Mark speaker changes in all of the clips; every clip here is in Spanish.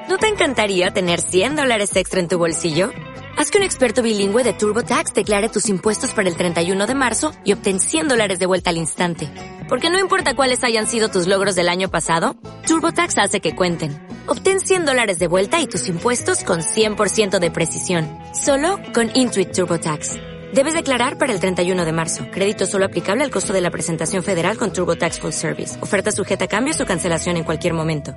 Speaker 1: ¿No te encantaría tener $100 extra en tu bolsillo? Haz que un experto bilingüe de TurboTax declare tus impuestos para el 31 de marzo y obtén $100 de vuelta al instante. Porque no importa cuáles hayan sido tus logros del año pasado, TurboTax hace que cuenten. Obtén $100 de vuelta y tus impuestos con 100% de precisión. Solo con Intuit TurboTax. Debes declarar para el 31 de marzo. Crédito solo aplicable al costo de la presentación federal con TurboTax Full Service. Oferta sujeta a cambios o cancelación en cualquier momento.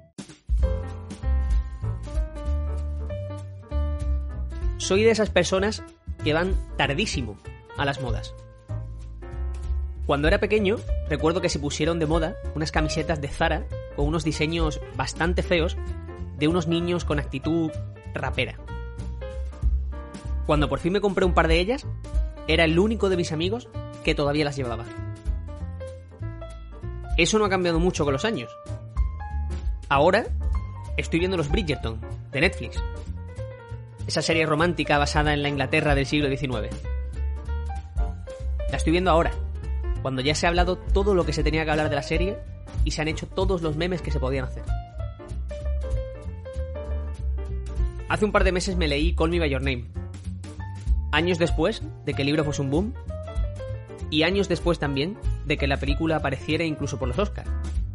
Speaker 2: Soy de esas personas que van tardísimo a las modas. Cuando era pequeño, recuerdo que se pusieron de moda unas camisetas de Zara con unos diseños bastante feos de unos niños con actitud rapera. Cuando por fin me compré un par de ellas, era el único de mis amigos que todavía las llevaba. Eso no ha cambiado mucho con los años. Ahora estoy viendo los Bridgerton, de Netflix. Esa serie romántica basada en la Inglaterra del siglo XIX. La estoy viendo ahora, cuando ya se ha hablado todo lo que se tenía que hablar de la serie y se han hecho todos los memes que se podían hacer. Hace un par de meses me leí Call Me By Your Name. Años después de que el libro fuese un boom, y años después también de que la película apareciera incluso por los Oscars.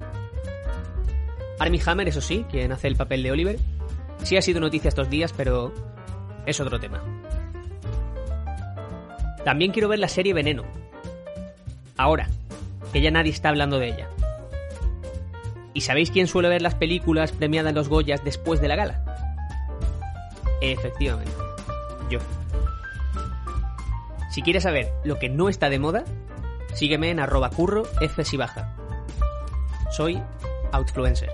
Speaker 2: Armie Hammer, eso sí, quien hace el papel de Oliver, sí ha sido noticia estos días, pero es otro tema. También quiero ver la serie Veneno. Ahora, que ya nadie está hablando de ella. ¿Y sabéis quién suele ver las películas premiadas en los Goyas después de la gala? Efectivamente, yo. Si quieres saber lo que no está de moda, sígueme en @currofsibaja. Soy outfluencer.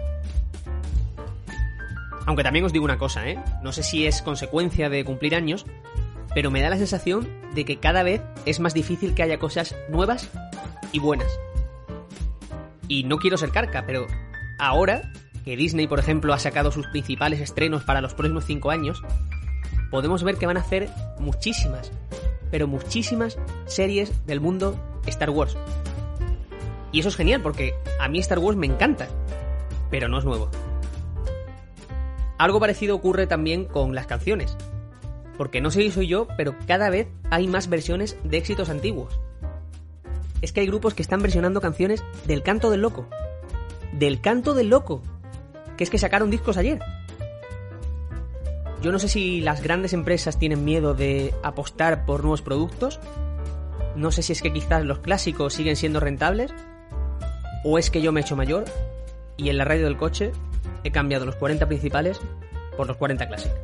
Speaker 2: Aunque también os digo una cosa, no sé si es consecuencia de cumplir años, pero me da la sensación de que cada vez es más difícil que haya cosas nuevas y buenas. Y no quiero ser carca, pero ahora que Disney, por ejemplo, ha sacado sus principales estrenos para los próximos 5 años, podemos ver que van a hacer muchísimas, pero muchísimas series del mundo Star Wars. Y eso es genial, porque a mí Star Wars me encanta, pero no es nuevo. Algo parecido ocurre también con las canciones. Porque no sé si soy yo, pero cada vez hay más versiones de éxitos antiguos. Es que hay grupos que están versionando canciones del Canto del Loco. ¡Del Canto del Loco! Que es que sacaron discos ayer. Yo no sé si las grandes empresas tienen miedo de apostar por nuevos productos. No sé si es que quizás los clásicos siguen siendo rentables. O es que yo me he hecho mayor y en la radio del coche he cambiado los 40 principales por los 40 clásicos.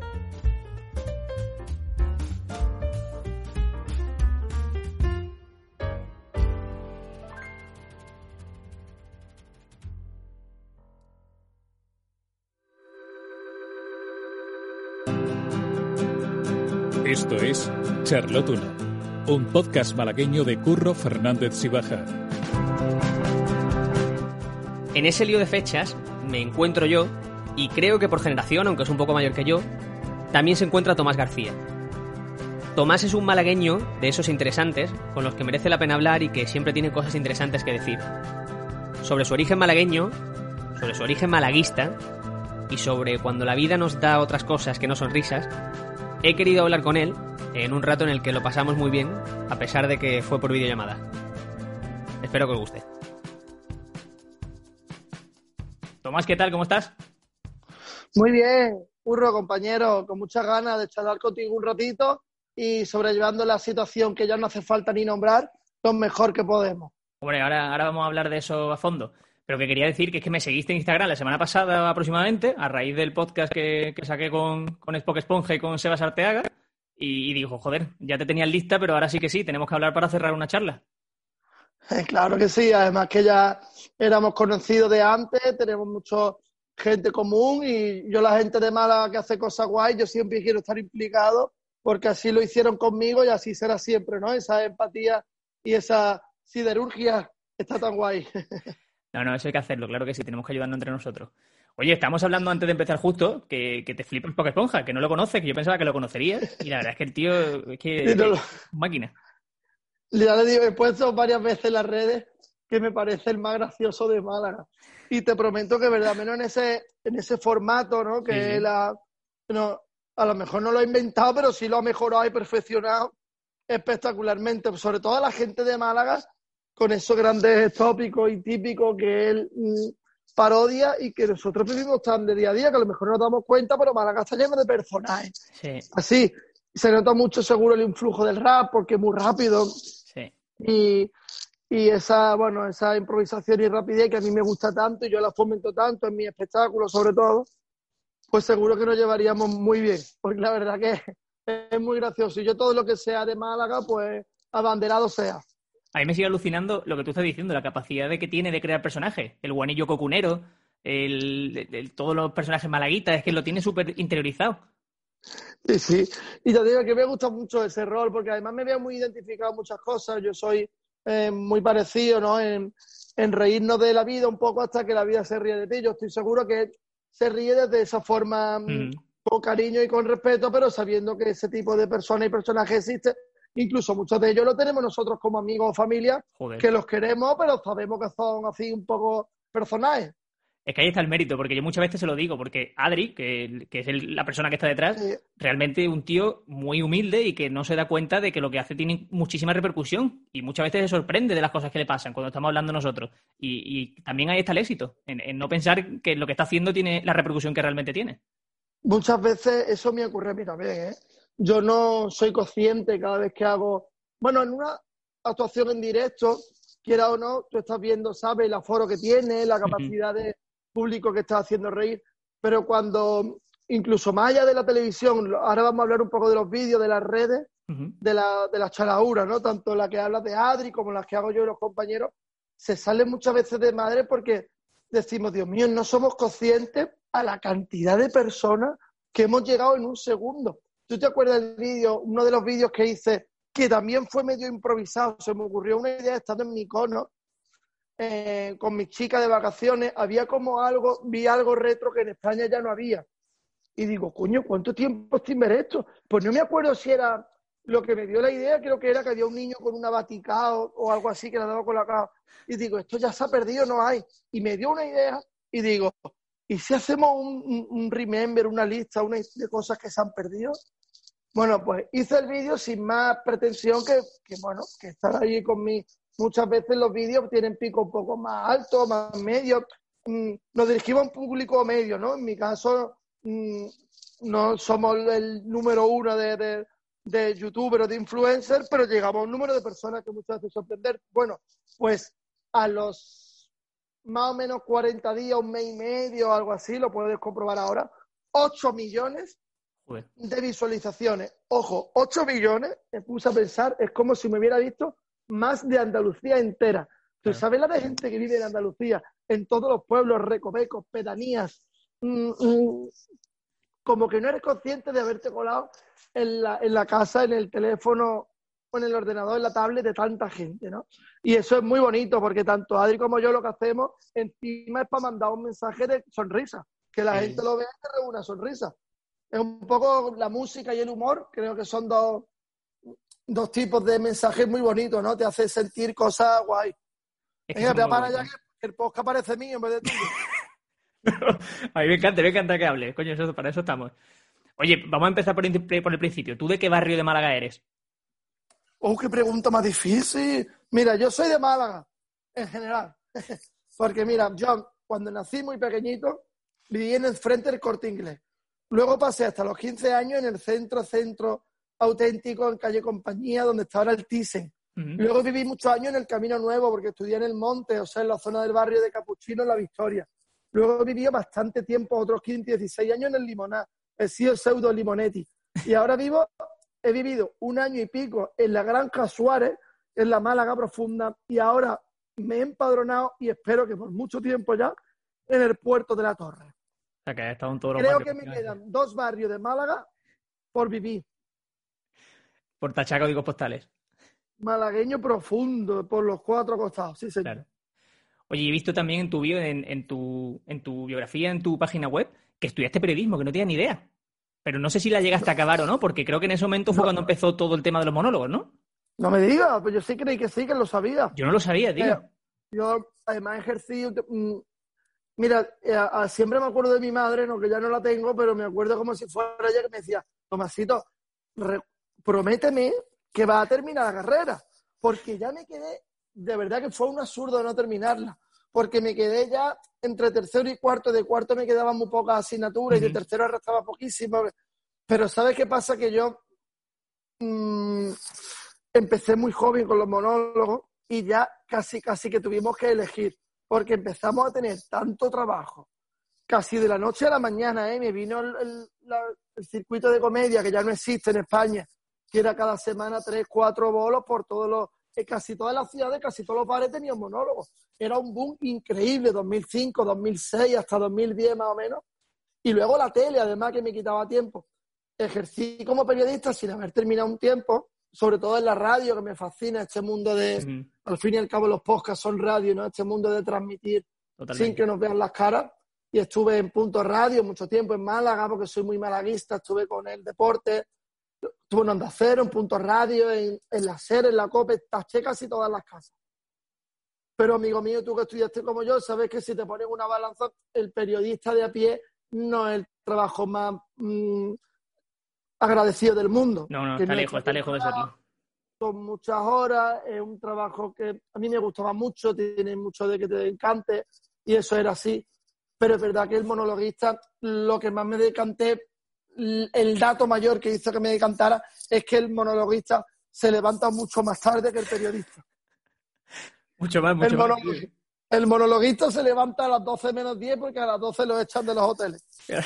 Speaker 3: Esto es Charlotuno, un podcast malagueño de Curro Fernández Sibaja.
Speaker 2: En ese lío de fechas me encuentro yo, y creo que por generación, aunque es un poco mayor que yo, también se encuentra Tomás García. Tomás es un malagueño de esos interesantes, con los que merece la pena hablar y que siempre tiene cosas interesantes que decir. Sobre su origen malagueño, sobre su origen malaguista, y sobre cuando la vida nos da otras cosas que no son risas, he querido hablar con él en un rato en el que lo pasamos muy bien, a pesar de que fue por videollamada. Espero que os guste. Tomás, ¿qué tal? ¿Cómo estás?
Speaker 4: Muy bien, Curro, compañero, con muchas ganas de charlar contigo un ratito y sobrellevando la situación que ya no hace falta ni nombrar, lo mejor que podemos.
Speaker 2: Hombre, ahora vamos a hablar de eso a fondo. Pero que quería decir que es que me seguiste en Instagram la semana pasada aproximadamente, a raíz del podcast que saqué con Spock Esponja y con Sebas Arteaga, y dijo, joder, ya te tenías lista, pero ahora sí que sí, tenemos que hablar para cerrar una charla.
Speaker 4: Claro que sí, además que ya éramos conocidos de antes, tenemos mucha gente común y yo la gente de Málaga que hace cosas guay, yo siempre quiero estar implicado porque así lo hicieron conmigo y así será siempre, ¿no? Esa empatía y esa siderurgia está tan guay.
Speaker 2: No, eso hay que hacerlo, claro que sí, tenemos que ayudarnos entre nosotros. Oye, estamos hablando antes de empezar justo que te flipa Spock Esponja, que no lo conoces, que yo pensaba que lo conecerías, y la verdad es que el tío es que
Speaker 4: no,
Speaker 2: es máquina.
Speaker 4: Ya le digo, he puesto varias veces en las redes que me parece el más gracioso de Málaga. Y te prometo que, verdad, menos en ese formato, ¿no? Que
Speaker 5: Sí.
Speaker 4: no, a lo mejor no lo he inventado, pero sí lo ha mejorado y perfeccionado espectacularmente. Sobre todo a la gente de Málaga, con esos grandes tópicos y típicos que él parodia y que nosotros vivimos tan de día a día que a lo mejor no nos damos cuenta, pero Málaga está lleno de personajes.
Speaker 5: Sí,
Speaker 4: Así, se nota mucho seguro el influjo del rap porque es muy rápido
Speaker 5: sí.
Speaker 4: y esa improvisación y rapidez que a mí me gusta tanto y yo la fomento tanto en mis espectáculos sobre todo, pues seguro que nos llevaríamos muy bien, porque la verdad que es muy gracioso y yo todo lo que sea de Málaga, pues abanderado sea.
Speaker 5: A mí me sigue alucinando lo que tú estás diciendo, la capacidad que tiene de crear personajes. El guanillo cocunero, todos los personajes malaguitas, es que lo tiene súper interiorizado.
Speaker 4: Sí, sí. Y te digo que me gusta mucho ese rol, porque además me veo muy identificado en muchas cosas. Yo soy muy parecido, ¿no? En reírnos de la vida un poco hasta que la vida se ríe de ti. Yo estoy seguro que se ríe desde esa forma, con cariño y con respeto, pero sabiendo que ese tipo de personas y personajes existen. Incluso muchos de ellos lo tenemos nosotros como amigos o familia,
Speaker 5: Joder.
Speaker 4: que los queremos, pero sabemos que son así un poco personajes.
Speaker 5: Es que ahí está el mérito, porque yo muchas veces se lo digo, porque Adri, que es la persona que está detrás,
Speaker 4: Sí.
Speaker 5: realmente es un tío muy humilde y que no se da cuenta de que lo que hace tiene muchísima repercusión y muchas veces se sorprende de las cosas que le pasan cuando estamos hablando nosotros. Y también ahí está el éxito, en no pensar que lo que está haciendo tiene la repercusión que realmente tiene.
Speaker 4: Muchas veces eso me ocurre a mí también, ¿eh? Yo no soy consciente cada vez que hago... Bueno, en una actuación en directo, quiera o no, tú estás viendo, sabes, el aforo que tiene, la capacidad de público que estás haciendo reír, pero cuando, incluso más allá de la televisión, ahora vamos a hablar un poco de los vídeos, de las redes, de la chalaura, ¿no? Tanto la que habla de Adri como las que hago yo y los compañeros, se salen muchas veces de madre porque decimos, Dios mío, no somos conscientes a la cantidad de personas que hemos llegado en un segundo. ¿Tú te acuerdas del vídeo, uno de los vídeos que hice, que también fue medio improvisado? Se me ocurrió una idea estando en Mykonos, con mis chicas de vacaciones, había como vi algo retro que en España ya no había. Y digo, coño, ¿cuánto tiempo sin ver esto? Pues no me acuerdo si era lo que me dio la idea, creo que era que había un niño con una batica o algo así que le daba con la caja. Y digo, esto ya se ha perdido, no hay. Y me dio una idea y digo, ¿y si hacemos un remember, una lista, de cosas que se han perdido? Bueno, pues hice el vídeo sin más pretensión que estar ahí con muchas veces los vídeos tienen pico un poco más alto, más medio. Nos dirigimos a un público medio, ¿no? En mi caso, no somos el número uno de youtubers o de influencers, pero llegamos a un número de personas que muchas veces sorprender. Bueno, pues a los más o menos 40 días, un mes y medio, algo así, lo puedes comprobar ahora, 8 millones de visualizaciones. Ojo, 8 millones, me puse a pensar, es como si me hubiera visto más de Andalucía entera. ¿Tú sabes la de gente que vive en Andalucía, en todos los pueblos, recovecos, pedanías? Como que no eres consciente de haberte colado en la casa, en el teléfono o en el ordenador, en la tablet de tanta gente, ¿no? Y eso es muy bonito porque tanto Adri como yo lo que hacemos encima es para mandar un mensaje de sonrisa, que la gente lo vea y te reúna una sonrisa. Es un poco la música y el humor, creo que son dos tipos de mensajes muy bonitos, ¿no? Te hace sentir cosas guay. Venga, voy a parar ya que el podcast parece mío en vez de tuyo.
Speaker 5: A mí me encanta que hables, coño, para eso estamos. Oye, vamos a empezar por el principio. ¿Tú de qué barrio de Málaga eres?
Speaker 4: ¡Oh, qué pregunta más difícil! Mira, yo soy de Málaga, en general. Porque mira, yo cuando nací muy pequeñito, viví en el frente del Corte Inglés. Luego pasé hasta los 15 años en el centro auténtico, en calle Compañía, donde está ahora el Thyssen. Luego viví muchos años en el Camino Nuevo, porque estudié en el Monte, o sea, en la zona del barrio de Capuchino, en La Victoria. Luego viví bastante tiempo, otros 15, 16 años en el Limoná, he sido pseudo Limonetti. Y ahora he vivido un año y pico en la Granja Suárez, en la Málaga profunda, y ahora me he empadronado, y espero que por mucho tiempo ya, en el Puerto de la Torre.
Speaker 5: O sea, que has estado en todos los
Speaker 4: Creo
Speaker 5: barrios.
Speaker 4: que me quedan 2 barrios de Málaga por vivir.
Speaker 5: Por tachar códigos postales.
Speaker 4: Malagueño profundo, por los 4 costados, sí, señor.
Speaker 5: Claro. Oye, he visto también en tu bio, en tu biografía, en tu página web, que estudiaste periodismo, que no tenía ni idea. Pero no sé si la llegaste a acabar o no, porque creo que en ese momento fue cuando empezó todo el tema de los monólogos, ¿no?
Speaker 4: No me digas, pues yo sí creí que sí, que lo sabía.
Speaker 5: Yo no lo sabía, tío.
Speaker 4: Yo, además, ejercí... Mira, siempre me acuerdo de mi madre, no, que ya no la tengo, pero me acuerdo como si fuera ella que me decía, Tomasito, prométeme que va a terminar la carrera, porque ya me quedé, de verdad que fue un absurdo no terminarla, porque me quedé ya entre tercero y cuarto, de cuarto me quedaban muy pocas asignaturas y de tercero restaba poquísimo, pero ¿sabes qué pasa? Que yo empecé muy joven con los monólogos y ya casi que tuvimos que elegir, porque empezamos a tener tanto trabajo, casi de la noche a la mañana, me vino el circuito de comedia, que ya no existe en España, que era cada semana 3, 4 bolos por todos los... casi todas las ciudades, casi todos los bares tenían monólogos. Era un boom increíble, 2005, 2006, hasta 2010 más o menos. Y luego la tele, además, que me quitaba tiempo. Ejercí como periodista sin haber terminado un tiempo, sobre todo en la radio, que me fascina este mundo de... Al fin y al cabo los podcasts son radio, ¿no? Este mundo de transmitir sin que nos vean las caras. Y estuve en Punto Radio mucho tiempo en Málaga, porque soy muy malaguista, estuve con el deporte, estuve en Onda Cero, en Punto Radio, en la SER, en la COPE, taché casi todas las casas. Pero, amigo mío, tú que estudiaste como yo, sabes que si te pones una balanza, el periodista de a pie no es el trabajo más agradecido del mundo.
Speaker 5: No, está lejos de serlo.
Speaker 4: Con muchas horas, es un trabajo que a mí me gustaba mucho, tiene mucho de que te encante, y eso era así. Pero es verdad que el monologuista, lo que más me decanté, el dato mayor que hizo que me decantara, es que el monologuista se levanta mucho más tarde que el periodista.
Speaker 5: Mucho más.
Speaker 4: El monologuista se levanta a las 12 menos 10 porque a las 12 lo echan de los hoteles.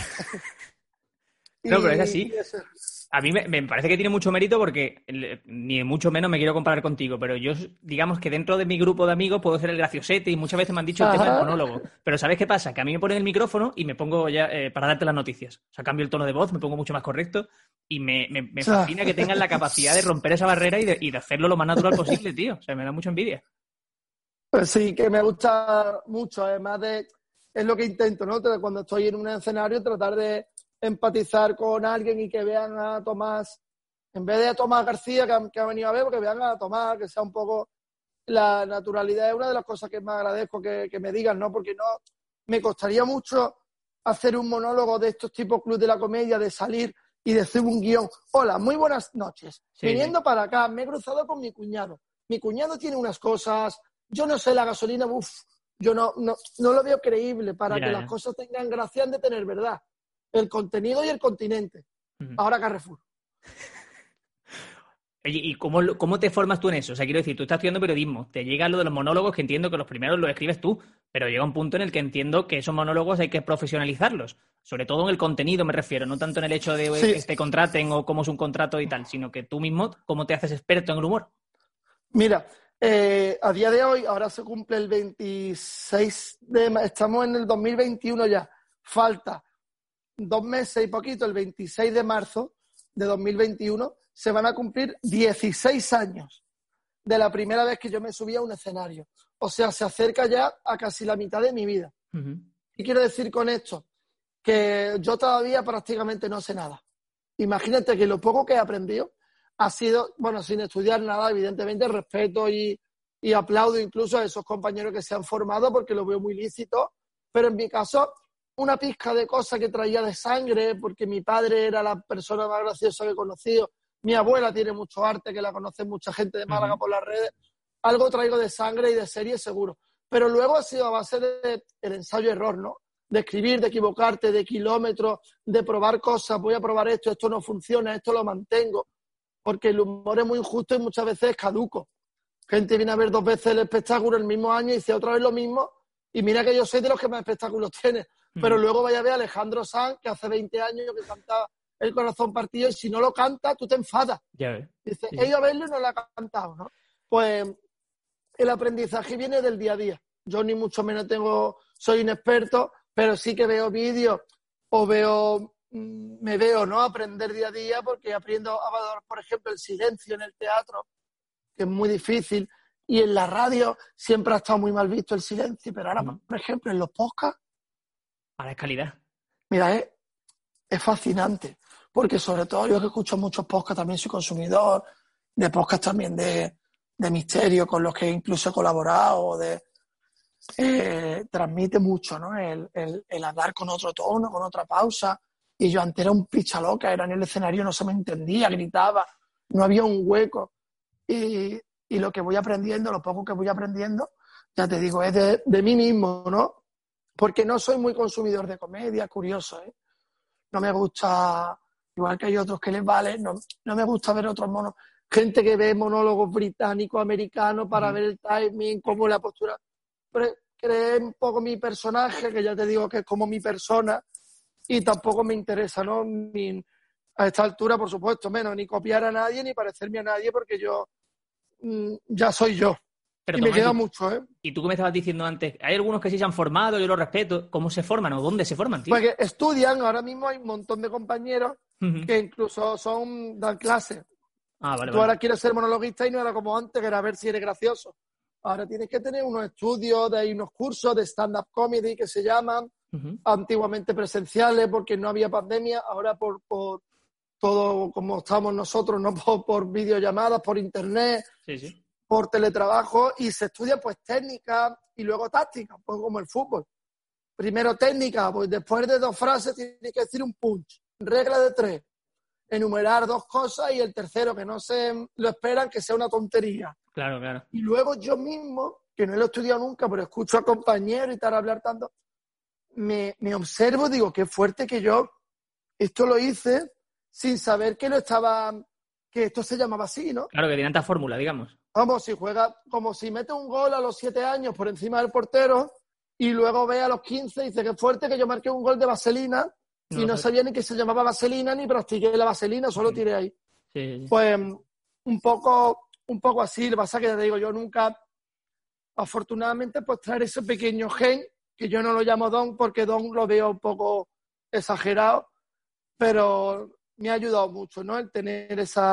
Speaker 5: No, pero es así. A mí me parece que tiene mucho mérito porque ni mucho menos me quiero comparar contigo, pero yo, digamos que dentro de mi grupo de amigos puedo ser el graciosete y muchas veces me han dicho el tema del monólogo. Pero ¿sabes qué pasa? Que a mí me ponen el micrófono y me pongo ya para darte las noticias. O sea, cambio el tono de voz, me pongo mucho más correcto y me fascina que tengan la capacidad de romper esa barrera y de hacerlo lo más natural posible, tío. O sea, me da mucha envidia.
Speaker 4: Pues sí, que me gusta mucho. Además es lo que intento, ¿no? Cuando estoy en un escenario, tratar de empatizar con alguien y que vean a Tomás, en vez de a Tomás García que ha venido a ver, porque vean a Tomás, que sea un poco la naturalidad. Es una de las cosas que más agradezco que me digan, ¿no? Porque no me costaría mucho hacer un monólogo de estos tipos club de la comedia, de salir y decir un guión. Hola, muy buenas noches. Sí, viniendo para acá, me he cruzado con mi cuñado. Mi cuñado tiene unas cosas, yo no sé, la gasolina, yo no lo veo creíble. Para que las cosas tengan gracia han de tener verdad. El contenido y el continente. Ahora Carrefour.
Speaker 5: Oye, ¿y cómo te formas tú en eso? O sea, quiero decir, tú estás estudiando periodismo, te llega lo de los monólogos, que entiendo que los primeros los escribes tú, pero llega un punto en el que entiendo que esos monólogos hay que profesionalizarlos. Sobre todo en el contenido me refiero, no tanto en el hecho de que te contraten o cómo es un contrato y tal, sino que tú mismo, ¿cómo te haces experto en el humor?
Speaker 4: Mira, a día de hoy, ahora se cumple el 26 estamos en el 2021 ya, falta 2 meses y poquito, el 26 de marzo de 2021, se van a cumplir 16 años de la primera vez que yo me subí a un escenario. O sea, se acerca ya a casi la mitad de mi vida. ¿Qué quiero decir con esto? Que yo todavía prácticamente no sé nada. Imagínate que lo poco que he aprendido ha sido, bueno, sin estudiar nada, evidentemente respeto y aplaudo incluso a esos compañeros que se han formado porque lo veo muy lícito, pero en mi caso una pizca de cosas que traía de sangre, porque mi padre era la persona más graciosa que he conocido, mi abuela tiene mucho arte, que la conoce mucha gente de Málaga por las redes, algo traigo de sangre y de serie seguro, pero luego ha sido a base del ensayo-error, ¿no? De escribir, de equivocarte, de kilómetros, de probar cosas, voy a probar esto no funciona, esto lo mantengo, porque el humor es muy injusto y muchas veces es caduco. Gente viene a ver 2 veces el espectáculo el mismo año y dice otra vez lo mismo, y mira que yo soy de los que más espectáculos tiene. Pero luego vaya a ver a Alejandro Sanz, que hace 20 años que canta El corazón partido, y si no lo canta, tú te enfadas.
Speaker 5: Ya ves.
Speaker 4: Dices, he ido a verlo y no lo ha cantado, ¿no? Pues el aprendizaje viene del día a día. Yo ni mucho menos soy inexperto, pero sí que veo vídeos o me veo, ¿no? Aprender día a día, porque aprendo a valorar, por ejemplo, el silencio en el teatro, que es muy difícil, y en la radio siempre ha estado muy mal visto el silencio, pero ahora, por ejemplo, en los podcasts,
Speaker 5: ahora es calidad.
Speaker 4: Mira, es fascinante, porque sobre todo yo que escucho muchos podcasts, también soy consumidor de podcasts también de misterio, con los que incluso he colaborado,
Speaker 6: transmite mucho, ¿no? El hablar con otro tono, con otra pausa. Y yo antes era un picha loca, era en el escenario, no se me entendía, gritaba, no había un hueco. Y lo que voy aprendiendo, lo poco que voy aprendiendo, ya te digo, es de mí mismo, ¿no? Porque no soy muy consumidor de comedia, curioso, ¿eh? No me gusta, igual que hay otros que les vale, no me gusta ver otros monos, gente que ve monólogos británicos, americanos, para ver el timing, cómo la postura. Pero creé un poco mi personaje, que ya te digo que es como mi persona, y tampoco me interesa, ¿no? A esta altura, por supuesto, menos, ni copiar a nadie, ni parecerme a nadie, porque yo ya soy yo.
Speaker 5: Pero
Speaker 6: y me queda mucho, ¿eh?
Speaker 5: Y tú que me estabas diciendo antes, hay algunos que sí se han formado, yo lo respeto. ¿Cómo se forman o dónde se forman, tío?
Speaker 6: Porque estudian, ahora mismo hay un montón de compañeros que incluso dan clases.
Speaker 5: Vale,
Speaker 6: Tú ahora quieres ser monologuista y no era como antes, que era ver si eres gracioso. Ahora tienes que tener unos estudios, hay unos cursos de stand-up comedy que se llaman, antiguamente presenciales porque no había pandemia, ahora por todo como estamos nosotros, no por videollamadas, por internet, por teletrabajo, y se estudia pues técnica y luego táctica, pues como el fútbol. Primero técnica, pues después de 2 frases tienes que decir un punch, regla de 3, enumerar 2 cosas y el tercero que no se lo esperan que sea una tontería.
Speaker 5: Claro, claro.
Speaker 6: Y luego yo mismo, que no lo he estudiado nunca, pero escucho a compañeros y tal hablar tanto, me observo, digo, qué fuerte que yo esto lo hice sin saber que esto se llamaba así, ¿no?
Speaker 5: Claro, que tiene tanta fórmula, digamos.
Speaker 6: Como si mete un gol a los 7 años por encima del portero y luego ve a los 15 y dice, qué fuerte que yo marqué un gol de vaselina y no sabía ni que se llamaba vaselina ni practiqué la vaselina, solo tiré ahí.
Speaker 5: Sí.
Speaker 6: Pues un poco así, lo que pasa es que ya te digo, yo nunca, afortunadamente, pues traer ese pequeño gen, que yo no lo llamo don porque don lo veo un poco exagerado, pero me ha ayudado mucho, ¿no? El tener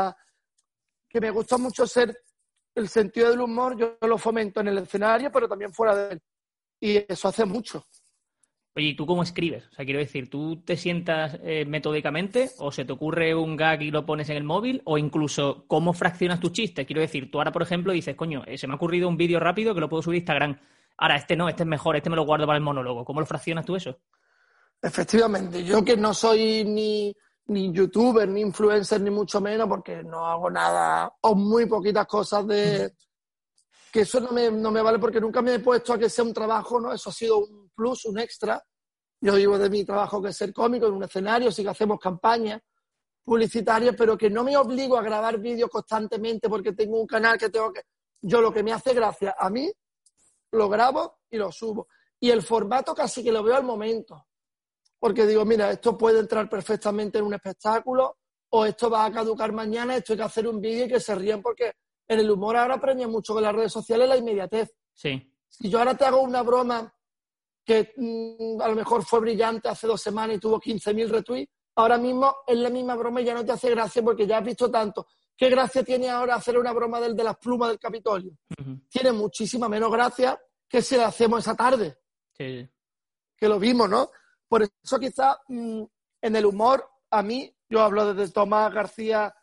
Speaker 6: que me gusta mucho el sentido del humor, yo lo fomento en el escenario, pero también fuera de él. Y eso hace mucho.
Speaker 5: Oye, ¿y tú cómo escribes? O sea, quiero decir, ¿tú te sientas metódicamente o se te ocurre un gag y lo pones en el móvil? O incluso, ¿cómo fraccionas tus chistes? Quiero decir, tú ahora, por ejemplo, dices, coño, se me ha ocurrido un vídeo rápido que lo puedo subir a Instagram. Ahora, este no, este es mejor, este me lo guardo para el monólogo. ¿Cómo lo fraccionas tú eso?
Speaker 6: Efectivamente, yo que no soy ni youtuber, ni influencer, ni mucho menos, porque no hago nada o muy poquitas cosas que eso no me vale porque nunca me he puesto a que sea un trabajo, ¿no? Eso ha sido un plus, un extra. Yo vivo de mi trabajo que es ser cómico en un escenario, sí que hacemos campañas publicitarias, pero que no me obligo a grabar vídeos constantemente porque tengo un canal que tengo que... Yo lo que me hace gracia a mí, lo grabo y lo subo. Y el formato casi que lo veo al momento. Porque digo, mira, esto puede entrar perfectamente en un espectáculo o esto va a caducar mañana, esto hay que hacer un vídeo y que se ríen porque en el humor ahora premia mucho con las redes sociales la inmediatez.
Speaker 5: Sí.
Speaker 6: Si yo ahora te hago una broma que a lo mejor fue brillante hace 2 semanas y tuvo 15.000 retweets, ahora mismo es la misma broma y ya no te hace gracia porque ya has visto tanto. ¿Qué gracia tiene ahora hacer una broma de las plumas del Capitolio? Tiene muchísima menos gracia que si la hacemos esa tarde.
Speaker 5: Sí.
Speaker 6: Que lo vimos, ¿no? Por eso quizás en el humor, a mí, yo hablo desde Tomás García,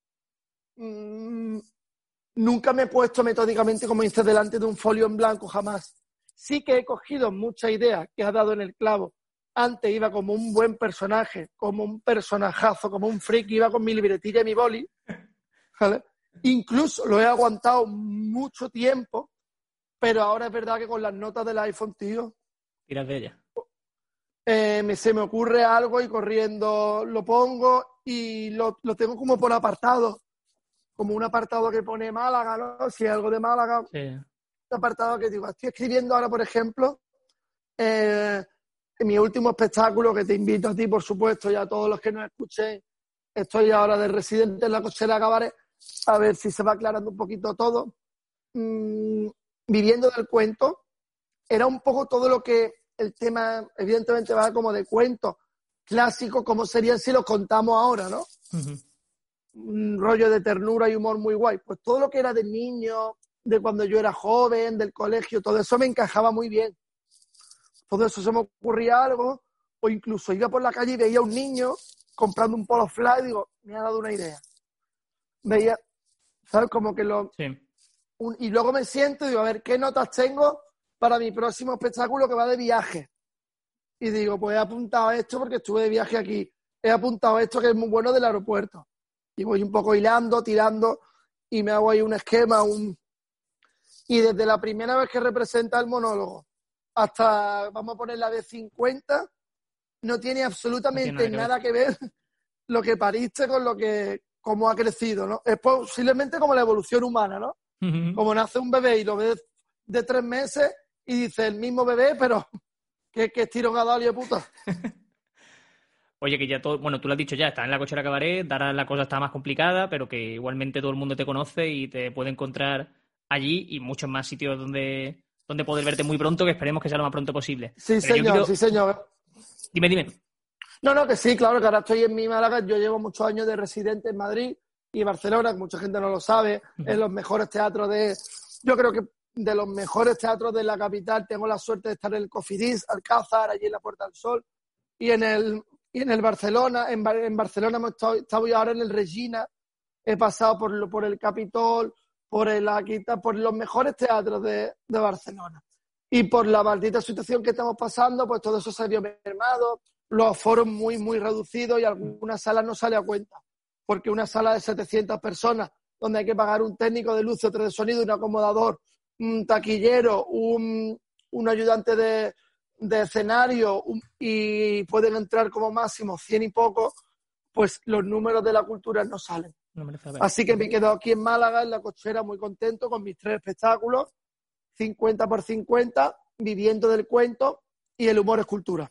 Speaker 6: nunca me he puesto metódicamente, como dices, delante de un folio en blanco, jamás. Sí que he cogido muchas ideas que has dado en el clavo. Antes iba como un buen personaje, como un personajazo, como un freak, iba con mi libretilla y mi boli, ¿vale? Incluso lo he aguantado mucho tiempo, pero ahora es verdad que con las notas del iPhone, tío,
Speaker 5: Tiras de ella.
Speaker 6: se me ocurre algo y corriendo lo pongo y lo tengo como por apartado, como un apartado que pone Málaga, ¿no? Si hay algo de Málaga, un apartado que digo, estoy escribiendo ahora, por ejemplo, en mi último espectáculo, que te invito a ti, por supuesto, y a todos los que nos escuchen, estoy ahora de residente en la Cochera Cabaret, a ver si se va aclarando un poquito todo. Viviendo del cuento, era un poco todo lo que el tema, evidentemente, va como de cuentos clásicos, como serían si los contamos ahora, ¿no? Un rollo de ternura y humor muy guay. Pues todo lo que era de niño, de cuando yo era joven, del colegio, todo eso me encajaba muy bien. Todo eso se me ocurría algo, o incluso iba por la calle y veía a un niño comprando un polo fly y digo, me ha dado una idea. Veía, ¿sabes? Como que y luego me siento y digo, a ver, ¿qué notas tengo
Speaker 4: para mi próximo espectáculo que va de viaje. Y digo, pues he apuntado esto porque estuve de viaje aquí. He apuntado esto que es muy bueno del aeropuerto. Y voy un poco hilando, tirando, y me hago ahí un esquema. Y desde la primera vez que representa el monólogo hasta, vamos a poner la de 50, no tiene absolutamente nada que ver lo que pariste con lo que, cómo ha crecido, ¿no? Es posiblemente como la evolución humana, ¿no?
Speaker 5: Uh-huh.
Speaker 4: Como nace un bebé y lo ves de 3 meses y dice el mismo bebé, pero que estiro cada de puta.
Speaker 5: Oye, que ya todo, bueno, tú lo has dicho ya, estás en la Cochera Cabaret, ahora la cosa está más complicada, pero que igualmente todo el mundo te conoce y te puede encontrar allí y muchos más sitios donde poder verte muy pronto, que esperemos que sea lo más pronto posible.
Speaker 4: Sí,
Speaker 5: Pero
Speaker 4: señor, sí, señor.
Speaker 5: Dime.
Speaker 4: No, que sí, claro, que ahora estoy en mi Málaga. Yo llevo muchos años de residente en Madrid y Barcelona, que mucha gente no lo sabe, en los mejores teatros yo creo que de los mejores teatros de la capital. Tengo la suerte de estar en el Cofidis, Alcázar, allí en la Puerta del Sol, y en el Barcelona. En Barcelona estado yo ahora en el Regina, he pasado por el Capitol, por el Aquita, por los mejores teatros de Barcelona. Y por la maldita situación que estamos pasando, pues todo eso se vio mermado, los aforos muy, muy reducidos y algunas salas no sale a cuenta. Porque una sala de 700 personas, donde hay que pagar un técnico de luz, otro de sonido, un acomodador, un taquillero, un ayudante de escenario y pueden entrar como máximo 100 y poco, pues los números de la cultura no salen. Así que me quedo aquí en Málaga, en la Cochera, muy contento con mis 3 espectáculos, 50 por 50, viviendo del cuento y el humor es cultura.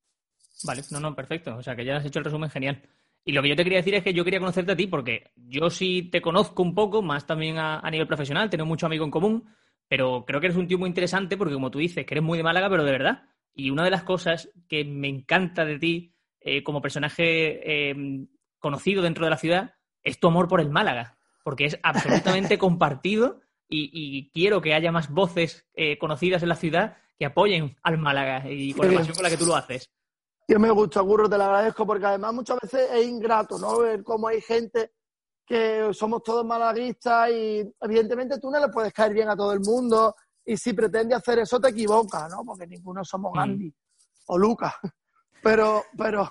Speaker 5: Vale, no, perfecto. O sea, que ya has hecho el resumen genial. Y lo que yo te quería decir es que yo quería conocerte a ti porque yo sí te conozco un poco, más también a nivel profesional, tenemos mucho amigo en común, pero creo que eres un tío muy interesante porque, como tú dices, que eres muy de Málaga, pero de verdad. Y una de las cosas que me encanta de ti como personaje conocido dentro de la ciudad es tu amor por el Málaga, porque es absolutamente compartido y quiero que haya más voces conocidas en la ciudad que apoyen al Málaga y con la pasión con la que tú lo haces.
Speaker 4: Yo me gusta, Curro, te lo agradezco, porque además muchas veces es ingrato, ¿no? Ver cómo hay gente que somos todos malaguistas y evidentemente tú no le puedes caer bien a todo el mundo y si pretendes hacer eso te equivocas, ¿no? Porque ninguno somos Gandhi o Lucas. Pero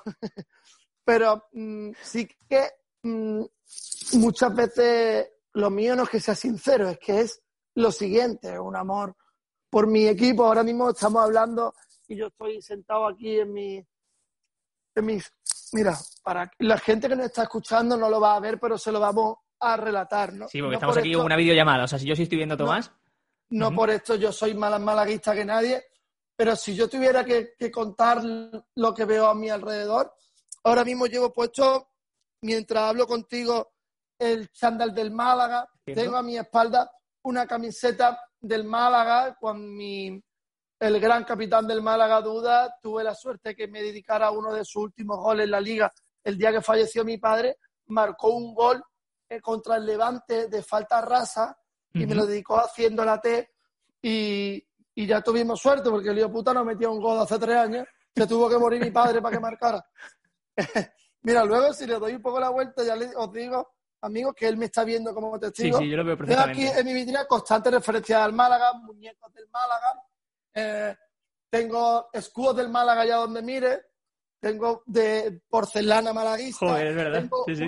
Speaker 4: sí que muchas veces lo mío no es que sea sincero, es que es lo siguiente, un amor por mi equipo. Ahora mismo estamos hablando y yo estoy sentado aquí en mis... Mira, para la gente que nos está escuchando no lo va a ver, pero se lo vamos a relatar, ¿no?
Speaker 5: Sí, porque
Speaker 4: no
Speaker 5: estamos aquí en una videollamada. O sea, si yo sí estoy viendo a Tomás...
Speaker 4: No por esto yo soy más malaguista que nadie, pero si yo tuviera que contar lo que veo a mi alrededor, ahora mismo llevo puesto, mientras hablo contigo, el chándal del Málaga. ¿Cierto? Tengo a mi espalda una camiseta del Málaga con el gran capitán del Málaga, Duda. Tuve la suerte que me dedicara a uno de sus últimos goles en la Liga. El día que falleció mi padre, marcó un gol contra el Levante de falta rasa y me lo dedicó haciendo la T y ya tuvimos suerte porque el hijo puta nos metió un gol hace 3 años. Se tuvo que morir mi padre para que marcara. Mira, luego si le doy un poco la vuelta ya os digo, amigos, que él me está viendo como testigo.
Speaker 5: Sí, yo lo veo perfectamente.
Speaker 4: Tengo aquí en mi vitrina constante referencia al Málaga, muñecos del Málaga. Tengo escudos del Málaga allá donde mire, tengo de porcelana malaguista.
Speaker 5: Joder, es verdad.
Speaker 4: Tengo
Speaker 5: sí.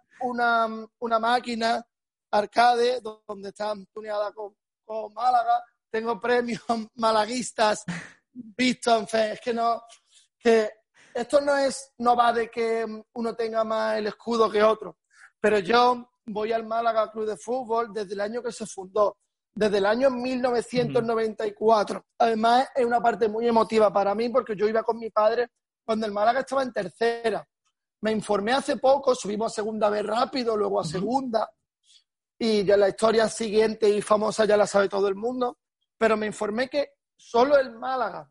Speaker 4: una máquina arcade donde están tuneadas con Málaga. Tengo premios malaguistas vistos en fe. Es que esto no va de que uno tenga más el escudo que otro, pero yo voy al Málaga Club de Fútbol desde el año que se fundó. Desde el año 1994. Además, es una parte muy emotiva para mí porque yo iba con mi padre cuando el Málaga estaba en tercera. Me informé hace poco, subimos a segunda vez rápido, luego a segunda, y ya la historia siguiente y famosa ya la sabe todo el mundo, pero me informé que solo el Málaga,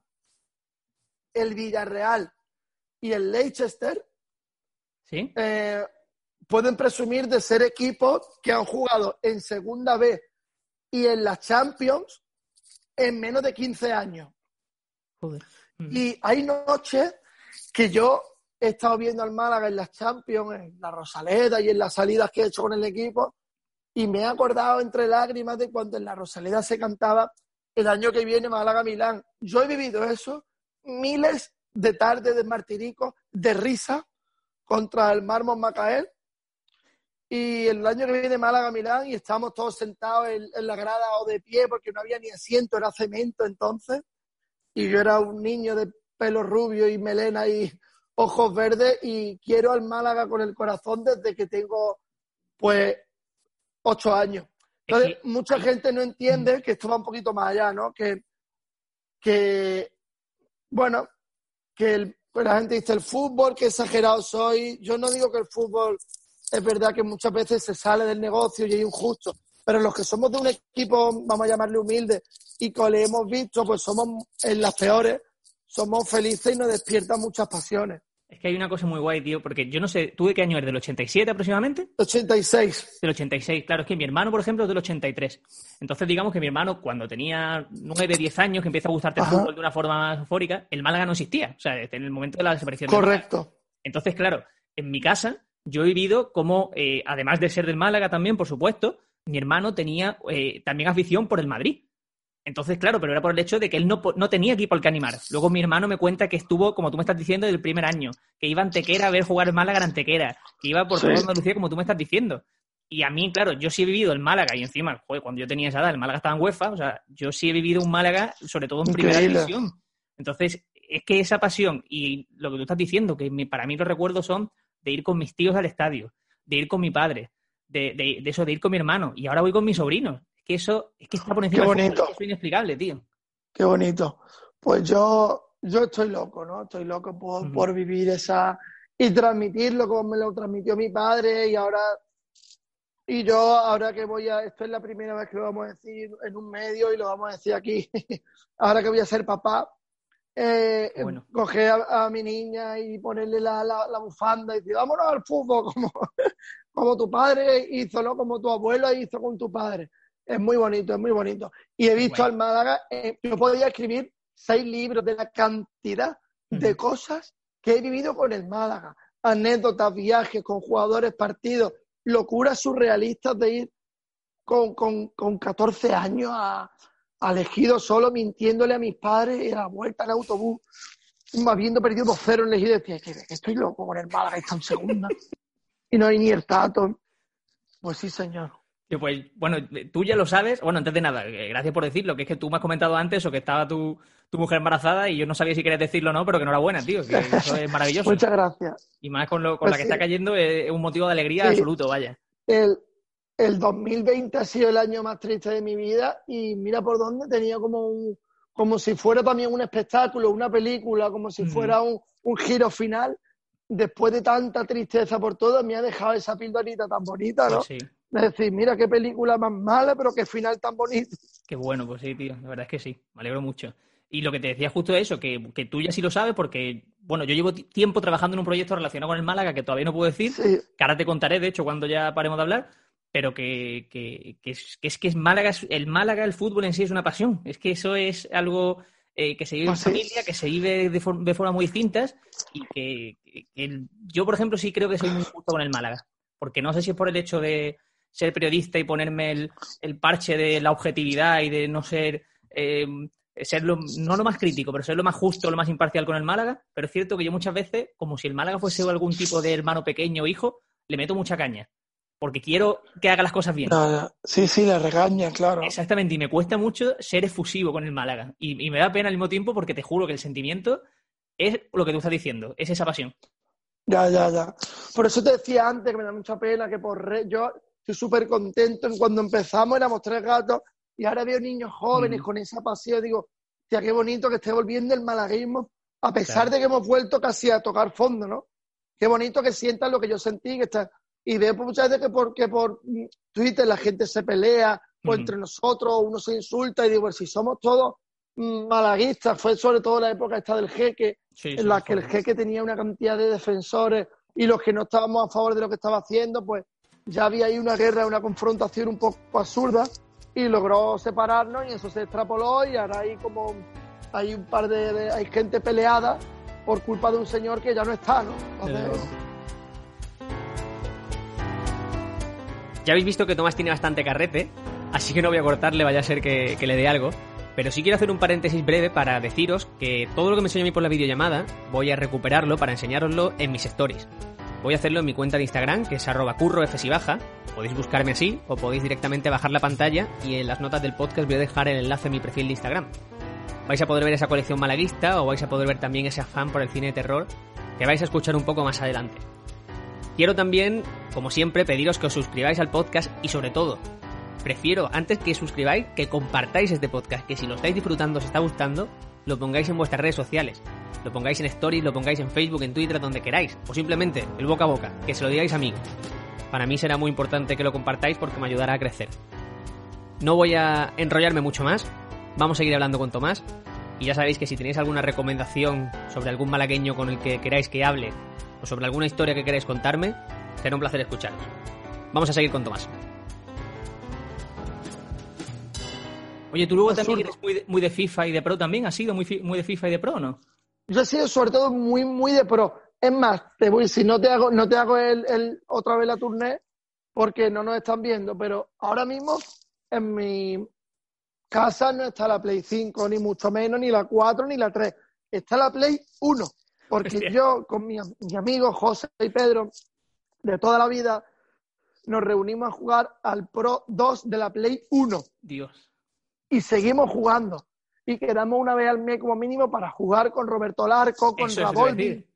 Speaker 4: el Villarreal y el Leicester
Speaker 5: ¿Sí?
Speaker 4: Pueden presumir de ser equipos que han jugado en segunda vez y en las Champions en menos de 15 años.
Speaker 5: Joder.
Speaker 4: Y hay noches que yo he estado viendo al Málaga en las Champions, en la Rosaleda y en las salidas que he hecho con el equipo, y me he acordado entre lágrimas de cuando en la Rosaleda se cantaba el año que viene Málaga-Milán. Yo he vivido eso, miles de tardes de martirico, de risa contra el Mármol Macael. Y el año que viene Málaga-Milán y estamos todos sentados en la grada o de pie porque no había ni asiento, era cemento entonces. Y yo era un niño de pelo rubio y melena y ojos verdes y quiero al Málaga con el corazón desde que tengo, pues, 8 años. Entonces, mucha gente no entiende que esto va un poquito más allá, ¿no? Bueno, pues la gente dice el fútbol, que exagerado soy. Yo no digo que el fútbol, es verdad que muchas veces se sale del negocio y es injusto, pero los que somos de un equipo, vamos a llamarle humilde, y que le hemos visto, pues somos en las peores, somos felices y nos despiertan muchas pasiones.
Speaker 5: Es que hay una cosa muy guay, tío, porque yo no sé, ¿tú de qué año eres? ¿Del 87 aproximadamente?
Speaker 4: 86.
Speaker 5: Del 86, claro, es que mi hermano, por ejemplo, es del 83. Entonces, digamos que mi hermano, cuando tenía 9, 10 años, que empieza a gustarte el fútbol de una forma más eufórica, el Málaga no existía, o sea, en el momento de la desaparición.
Speaker 4: Correcto.
Speaker 5: Entonces, claro, en mi casa, yo he vivido como, además de ser del Málaga también, por supuesto, mi hermano tenía también afición por el Madrid. Entonces, claro, pero era por el hecho de que él no tenía equipo al que animar. Luego mi hermano me cuenta que estuvo, como tú me estás diciendo, desde el primer año, que iba a Antequera a ver jugar el Málaga en Antequera, que iba por toda Andalucía, como tú me estás diciendo. Y a mí, claro, yo sí he vivido el Málaga y encima, joder, cuando yo tenía esa edad, el Málaga estaba en UEFA, o sea, yo sí he vivido un Málaga, sobre todo en primera división. Entonces, es que esa pasión y lo que tú estás diciendo, que para mí los recuerdos son de ir con mis tíos al estadio, de ir con mi padre, de eso, de ir con mi hermano, y ahora voy con mis sobrinos. Que eso es que está por encima.
Speaker 4: Qué bonito.
Speaker 5: Es inexplicable, tío.
Speaker 4: Qué bonito. Pues yo estoy loco, ¿no? Estoy loco por vivir esa y transmitirlo como me lo transmitió mi padre y yo ahora que esto es la primera vez que lo vamos a decir en un medio y lo vamos a decir aquí, ahora que voy a ser papá, coger a mi niña y ponerle la bufanda y decir, vámonos al fútbol como tu padre hizo, ¿no? Como tu abuelo hizo con tu padre. Es muy bonito, es muy bonito. Y he visto al Málaga, yo podría escribir 6 libros de la cantidad de cosas que he vivido con el Málaga. Anécdotas, viajes con jugadores, partidos, locuras surrealistas de ir con 14 años al Ejido solo, mintiéndole a mis padres y a la vuelta en autobús, habiendo perdido 2-0 en el Ejido, decía que estoy loco con el Málaga, está en segunda. Y no hay ni el tato. Pues sí, señor.
Speaker 5: Pues, bueno, tú ya lo sabes. Bueno, antes de nada, gracias por decirlo, que es que tú me has comentado antes o que estaba tu mujer embarazada y yo no sabía si querías decirlo o no, pero que enhorabuena, tío, que eso es maravilloso.
Speaker 4: Muchas gracias.
Speaker 5: Y más con la que está cayendo es un motivo de alegría absoluto, vaya.
Speaker 4: El 2020 ha sido el año más triste de mi vida y mira por dónde tenía como si fuera también un espectáculo, una película, como si fuera un giro final. Después de tanta tristeza por todo, me ha dejado esa pildorita tan bonita, ¿no?
Speaker 5: Pues sí.
Speaker 4: Es decir, mira qué película más mala, pero qué final tan bonito.
Speaker 5: Qué bueno, pues sí, tío. La verdad es que sí. Me alegro mucho. Y lo que te decía justo eso, que tú ya sí lo sabes, porque, bueno, yo llevo tiempo trabajando en un proyecto relacionado con el Málaga, que todavía no puedo decir, que ahora te contaré, de hecho, cuando ya paremos de hablar, pero que es Málaga, el Málaga, el fútbol en sí es una pasión. Es que eso es algo que se vive en familia, que se vive de forma muy distintas y que yo, por ejemplo, sí creo que soy muy justo con el Málaga, porque no sé si es por el hecho de ser periodista y ponerme el parche de la objetividad y de no ser no lo más crítico, pero ser lo más justo, lo más imparcial con el Málaga. Pero es cierto que yo muchas veces, como si el Málaga fuese algún tipo de hermano pequeño o hijo, le meto mucha caña, porque quiero que haga las cosas bien.
Speaker 4: Sí, le regaña, claro.
Speaker 5: Exactamente, y me cuesta mucho ser efusivo con el Málaga. Y me da pena al mismo tiempo porque te juro que el sentimiento es lo que tú estás diciendo, es esa pasión.
Speaker 4: Ya. Por eso te decía antes que me da mucha pena que yo estoy súper contento. Cuando empezamos éramos 3 gatos y ahora veo niños jóvenes con esa pasión. Digo, tía, qué bonito que esté volviendo el malaguismo, a pesar de que hemos vuelto casi a tocar fondo, ¿no? Qué bonito que sientan lo que yo sentí. Y veo muchas veces que por Twitter la gente se pelea o entre nosotros uno se insulta y digo, pues si somos todos malaguistas, fue sobre todo la época esta del Jeque, en la que el Jeque tenía una cantidad de defensores y los que no estábamos a favor de lo que estaba haciendo, pues ya había ahí una guerra, una confrontación un poco absurda y logró separarnos y eso se extrapoló y ahora hay un par hay gente peleada por culpa de un señor que ya no está, ¿no? Entonces,
Speaker 2: ya habéis visto que Tomás tiene bastante carrete, así que no voy a cortarle, vaya a ser que le dé algo. Pero sí quiero hacer un paréntesis breve para deciros que todo lo que me enseñó a mí por la videollamada voy a recuperarlo para enseñároslo en mis stories. Voy a hacerlo en mi cuenta de Instagram, que es @currofsibaja. Podéis buscarme así o podéis directamente bajar la pantalla y en las notas del podcast voy a dejar el enlace a mi perfil de Instagram. Vais a poder ver esa colección malaguista o vais a poder ver también ese afán por el cine de terror que vais a escuchar un poco más adelante. Quiero también, como siempre, pediros que os suscribáis al podcast y sobre todo, prefiero, antes que suscribáis, que compartáis este podcast, que si lo estáis disfrutando, os está gustando, lo pongáis en vuestras redes sociales. Lo pongáis en Stories, lo pongáis en Facebook, en Twitter, donde queráis. O simplemente, el boca a boca, que se lo digáis a amigos. Para mí será muy importante que lo compartáis porque me ayudará a crecer. No voy a enrollarme mucho más. Vamos a seguir hablando con Tomás. Y ya sabéis que si tenéis alguna recomendación sobre algún malagueño con el que queráis que hable, o sobre alguna historia que queráis contarme, será un placer escucharos. Vamos a seguir con Tomás.
Speaker 5: Oye, tú luego también eres muy de FIFA y de Pro también. ¿Has sido muy de FIFA y de Pro, no?
Speaker 4: Yo he sido sobre todo muy de Pro. Es más, si no te hago el otra vez la tournée, porque no nos están viendo, pero ahora mismo en mi casa no está la Play 5, ni mucho menos, ni la 4, ni la 3. Está la Play 1. Porque
Speaker 5: Hostia.
Speaker 4: yo, con mis amigos José y Pedro, de toda la vida, nos reunimos a jugar al Pro 2 de la Play 1.
Speaker 5: Dios.
Speaker 4: Y seguimos jugando. Y quedamos una vez al mes como mínimo para jugar con Roberto Larco, con
Speaker 5: Eso te iba a
Speaker 4: Raboldi.
Speaker 5: decir.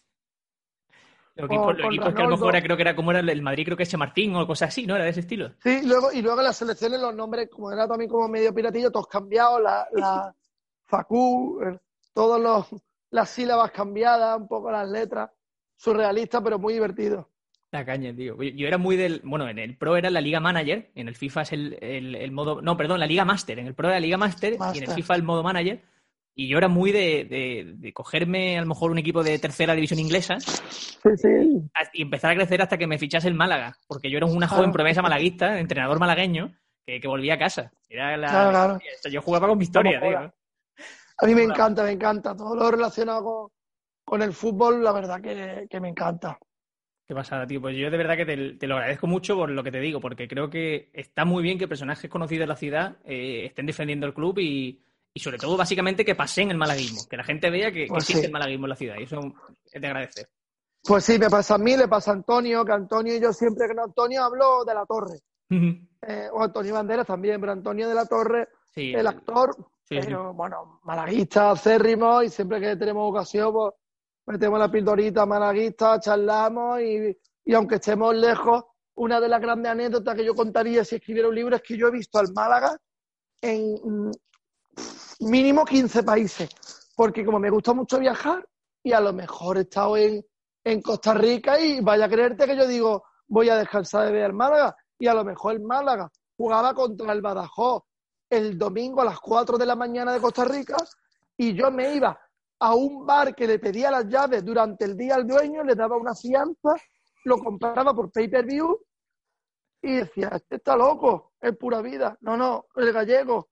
Speaker 5: Los equipos que a lo mejor creo que era como era el Madrid, creo que es Chamartín o cosas así, ¿no? Era de ese estilo.
Speaker 4: Sí, luego en las selecciones los nombres, como era también como medio piratillo, todos cambiados, la Facú, todas las sílabas cambiadas, un poco las letras, surrealista, pero muy divertido.
Speaker 5: La caña, tío. Yo era muy del... Bueno, en el Pro era la Liga Manager, en el FIFA es el modo... No, perdón, la Liga Master. En el Pro era la Liga Master y en el FIFA el modo Manager. Y yo era muy de cogerme a lo mejor un equipo de tercera división inglesa
Speaker 4: Sí.
Speaker 5: y empezar a crecer hasta que me fichase el Málaga. Porque yo era una joven promesa malaguista, entrenador malagueño, que volvía a casa. Era
Speaker 4: Claro.
Speaker 5: Yo jugaba con mi historia,
Speaker 4: Vamos,
Speaker 5: tío.
Speaker 4: A mí me encanta. Todo lo relacionado con el fútbol, la verdad que me encanta.
Speaker 5: Qué pasada, tío. Pues yo de verdad que te lo agradezco mucho por lo que te digo, porque creo que está muy bien que personajes conocidos de la ciudad estén defendiendo el club y sobre todo, básicamente, que pasen el malaguismo. Que la gente vea que
Speaker 4: Pues
Speaker 5: existe
Speaker 4: sí.
Speaker 5: el malaguismo en la ciudad. Y eso es de agradecer.
Speaker 4: Pues sí, me pasa a mí, le pasa a Antonio, que Antonio y yo siempre que no Antonio hablo de la Torre. O Antonio Banderas también, pero Antonio de la Torre,
Speaker 5: Sí,
Speaker 4: el actor,
Speaker 5: sí.
Speaker 4: pero bueno, malaguista, acérrimo, y siempre que tenemos ocasión, pues metemos la pildorita malaguista, charlamos y aunque estemos lejos, una de las grandes anécdotas que yo contaría si escribiera un libro es que yo he visto al Málaga en mínimo 15 países, porque como me gusta mucho viajar y a lo mejor he estado en Costa Rica y vaya a creerte que yo digo, voy a descansar de ver al Málaga y a lo mejor el Málaga jugaba contra el Badajoz el domingo a las 4 de la mañana de Costa Rica y yo me iba a un bar que le pedía las llaves durante el día al dueño, le daba una fianza, lo compraba por pay-per-view y decía, este está loco, es pura vida. No, el gallego,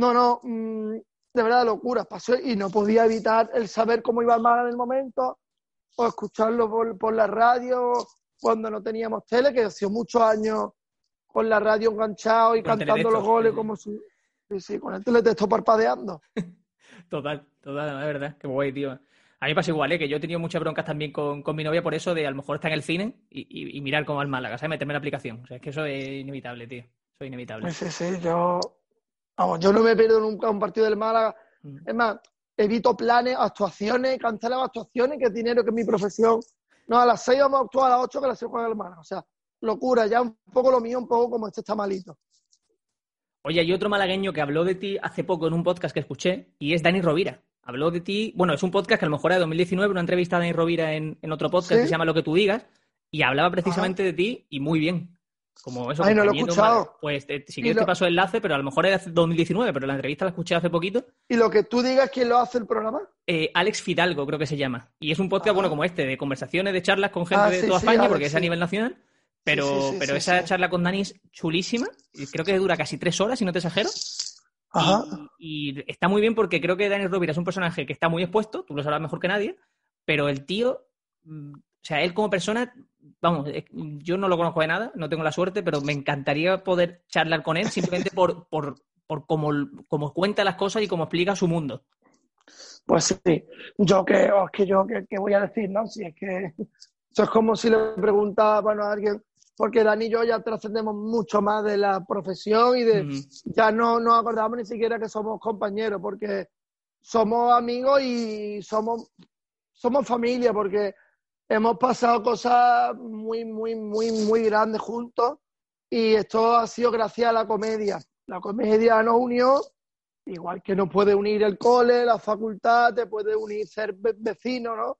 Speaker 4: de verdad locura. Pasó y no podía evitar el saber cómo iba el Málaga en el momento o escucharlo por la radio cuando no teníamos tele, que ha sido muchos años con la radio enganchado y
Speaker 5: Con
Speaker 4: cantando
Speaker 5: teletexto,
Speaker 4: los goles
Speaker 5: sí.
Speaker 4: como si... Sí, con el teletexto parpadeando.
Speaker 5: Total, la verdad. Qué guay, tío. A mí me pasa igual, que yo he tenido muchas broncas también con mi novia por eso de a lo mejor estar en el cine y mirar cómo al Málaga, ¿sabes? Meterme en la aplicación. O sea, es que eso es inevitable, tío. Eso es inevitable.
Speaker 4: Sí, yo no me pierdo nunca un partido del Málaga. Es más, evito planes, actuaciones, cancelaba actuaciones, que es dinero, que es mi profesión. No, a las 6 vamos a actuar, a las 8 que a las 6 juega el Málaga. O sea, locura, ya un poco lo mío, un poco como este está malito.
Speaker 5: Oye, hay otro malagueño que habló de ti hace poco en un podcast que escuché y es Dani Rovira. Habló de ti, bueno, es un podcast que a lo mejor era de 2019, una entrevista a Dani Rovira en otro podcast
Speaker 4: ¿Sí?
Speaker 5: que se llama Lo que tú digas y hablaba precisamente de ti y muy bien. Como eso.
Speaker 4: Ay, no lo he
Speaker 5: compañero
Speaker 4: escuchado.
Speaker 5: Pues si quieres te paso el enlace, pero a lo mejor era de 2019, pero la entrevista la escuché hace poquito.
Speaker 4: ¿Y lo que tú digas, quién lo hace el programa?
Speaker 5: Alex Fidalgo creo que se llama. Y es un podcast, bueno, como este, de conversaciones, de charlas con gente de toda España,
Speaker 4: Alex,
Speaker 5: porque es a nivel nacional. Pero esa charla con Dani es chulísima. Y creo que dura casi 3 horas, si no te exagero.
Speaker 4: Ajá.
Speaker 5: Y está muy bien porque creo que Dani Rovira es un personaje que está muy expuesto, tú lo sabrás mejor que nadie, pero el tío, o sea, él como persona, vamos, yo no lo conozco de nada, no tengo la suerte, pero me encantaría poder charlar con él simplemente por por cómo cuenta las cosas y cómo explica su mundo.
Speaker 4: Pues sí, ¿qué voy a decir, no? Si es que eso es como si le preguntaba, bueno, a alguien, porque Dani y yo ya trascendemos mucho más de la profesión y ya no nos acordamos ni siquiera que somos compañeros, porque somos amigos y somos familia, porque hemos pasado cosas muy, muy, muy, muy grandes juntos y esto ha sido gracias a la comedia. La comedia nos unió. Igual que nos puede unir el cole, la facultad, te puede unir ser vecino, ¿no?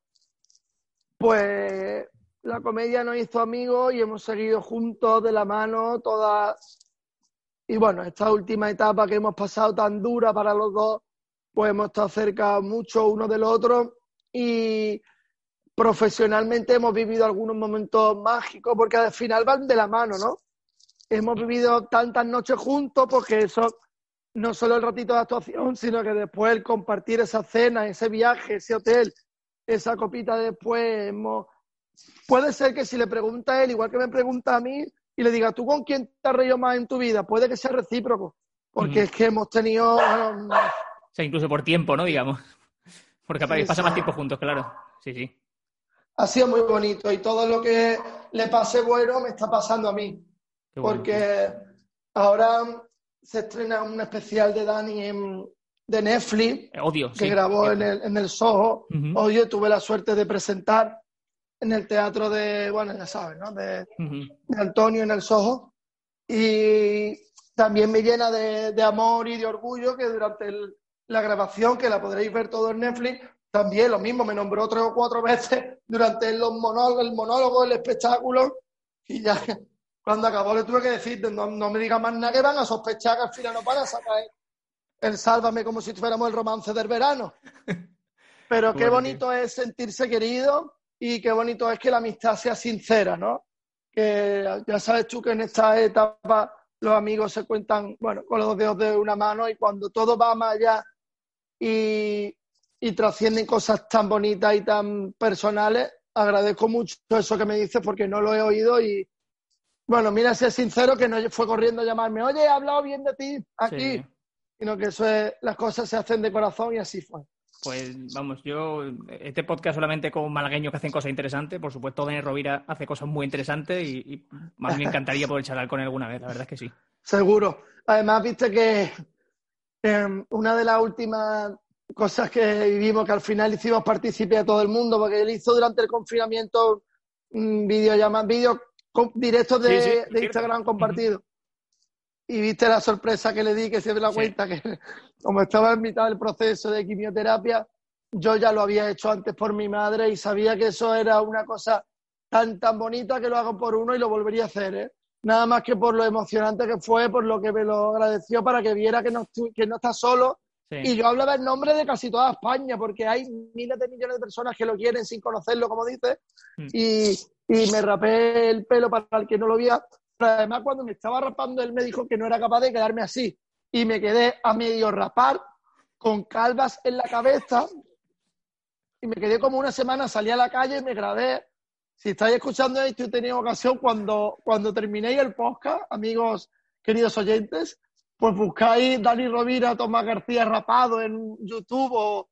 Speaker 4: Pues la comedia nos hizo amigos y hemos seguido juntos de la mano todas. Y bueno, esta última etapa que hemos pasado tan dura para los dos, pues hemos estado cerca mucho uno del otro y profesionalmente hemos vivido algunos momentos mágicos porque al final van de la mano, ¿no? Hemos vivido tantas noches juntos porque eso... No solo el ratito de actuación, sino que después el compartir esa cena, ese viaje, ese hotel, esa copita después. Puede ser que si le pregunta a él, igual que me pregunta a mí, y le diga, ¿tú con quién te has reído más en tu vida? Puede que sea recíproco, porque es que hemos tenido...
Speaker 5: O sea, incluso por tiempo, ¿no? Digamos. Porque pasa más tiempo juntos, claro. Sí.
Speaker 4: Ha sido muy bonito y todo lo que le pase bueno me está pasando a mí.
Speaker 5: Qué
Speaker 4: porque ahora... se estrena un especial de Dani de Netflix que grabó en el Soho. Odio, tuve la suerte de presentar en el teatro de, bueno, ya sabes, ¿no? De Antonio en el Soho. Y también me llena de amor y de orgullo que durante la grabación, que la podréis ver todo en Netflix, también lo mismo, me nombró 3 o 4 veces durante el monólogo, el espectáculo, y ya... Cuando acabó le tuve que decir, no me digas más nada que van a sospechar que al final nos van a sacar el Sálvame como si fuéramos el romance del verano. Pero qué bonito es sentirse querido y qué bonito es que la amistad sea sincera, ¿no? Que ya sabes tú que en esta etapa los amigos se cuentan, bueno, con los dedos de una mano y cuando todo va más allá y trascienden cosas tan bonitas y tan personales, agradezco mucho eso que me dices porque no lo he oído y bueno, mira, ser sincero que no fue corriendo a llamarme, oye, he hablado bien de ti aquí, sino que las cosas se hacen de corazón y así fue.
Speaker 5: Pues vamos, este podcast solamente con malagueños que hacen cosas interesantes, por supuesto Dani Rovira hace cosas muy interesantes y más me encantaría poder charlar con él alguna vez, la verdad es que sí.
Speaker 4: Seguro. Además, viste que una de las últimas cosas que vivimos, que al final hicimos partícipe a todo el mundo, porque él hizo durante el confinamiento vídeos directos de Instagram compartidos. Y viste la sorpresa que le di, que se dio la cuenta que como estaba en mitad del proceso de quimioterapia, yo ya lo había hecho antes por mi madre y sabía que eso era una cosa tan bonita que lo hago por uno y lo volvería a hacer, ¿eh? Nada más que por lo emocionante que fue, por lo que me lo agradeció para que viera que no está solo. Y yo hablaba en nombre de casi toda España, porque hay miles de millones de personas que lo quieren sin conocerlo, como dices, y me rapé el pelo para el que no lo veía. Pero además, cuando me estaba rapando, él me dijo que no era capaz de quedarme así. Y me quedé a medio rapar, con calvas en la cabeza, y me quedé como una semana, salí a la calle y me grabé. Si estáis escuchando esto y tenéis ocasión, cuando terminéis el podcast, amigos queridos oyentes, pues buscáis Dani Rovira, Tomás García rapado en YouTube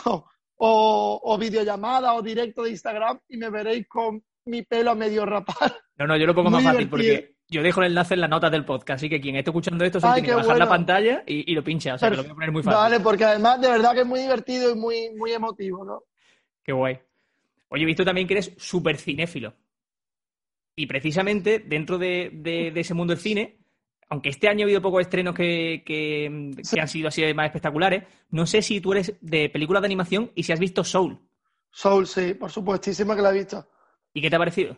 Speaker 4: o videollamada o directo de Instagram y me veréis con mi pelo a medio rapar.
Speaker 5: No, yo lo pongo más fácil porque yo dejo el enlace en las notas del podcast, así que quien esté escuchando esto se tiene que bajar la pantalla y lo pincha, o sea, que lo voy a poner muy fácil.
Speaker 4: Vale, porque además de verdad que es muy divertido y muy, muy emotivo, ¿no?
Speaker 5: Qué guay. Oye, he visto también que eres súper cinéfilo. Y precisamente dentro de ese mundo del cine, aunque este año ha habido pocos estrenos que han sido así más espectaculares, no sé si tú eres de películas de animación y si has visto Soul.
Speaker 4: Soul, sí, por supuestísimo que la he visto.
Speaker 5: ¿Y qué te ha parecido?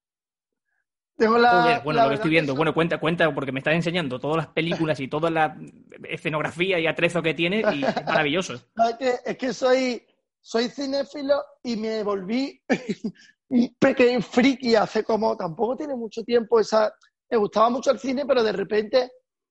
Speaker 4: Tengo
Speaker 5: lo que estoy viendo. Bueno, cuenta, porque me estás enseñando todas las películas y toda la escenografía y atrezo que tiene y es maravilloso.
Speaker 4: Es que soy cinéfilo y me volví un pequeño friki hace como... Tampoco tiene mucho tiempo me gustaba mucho el cine, pero de repente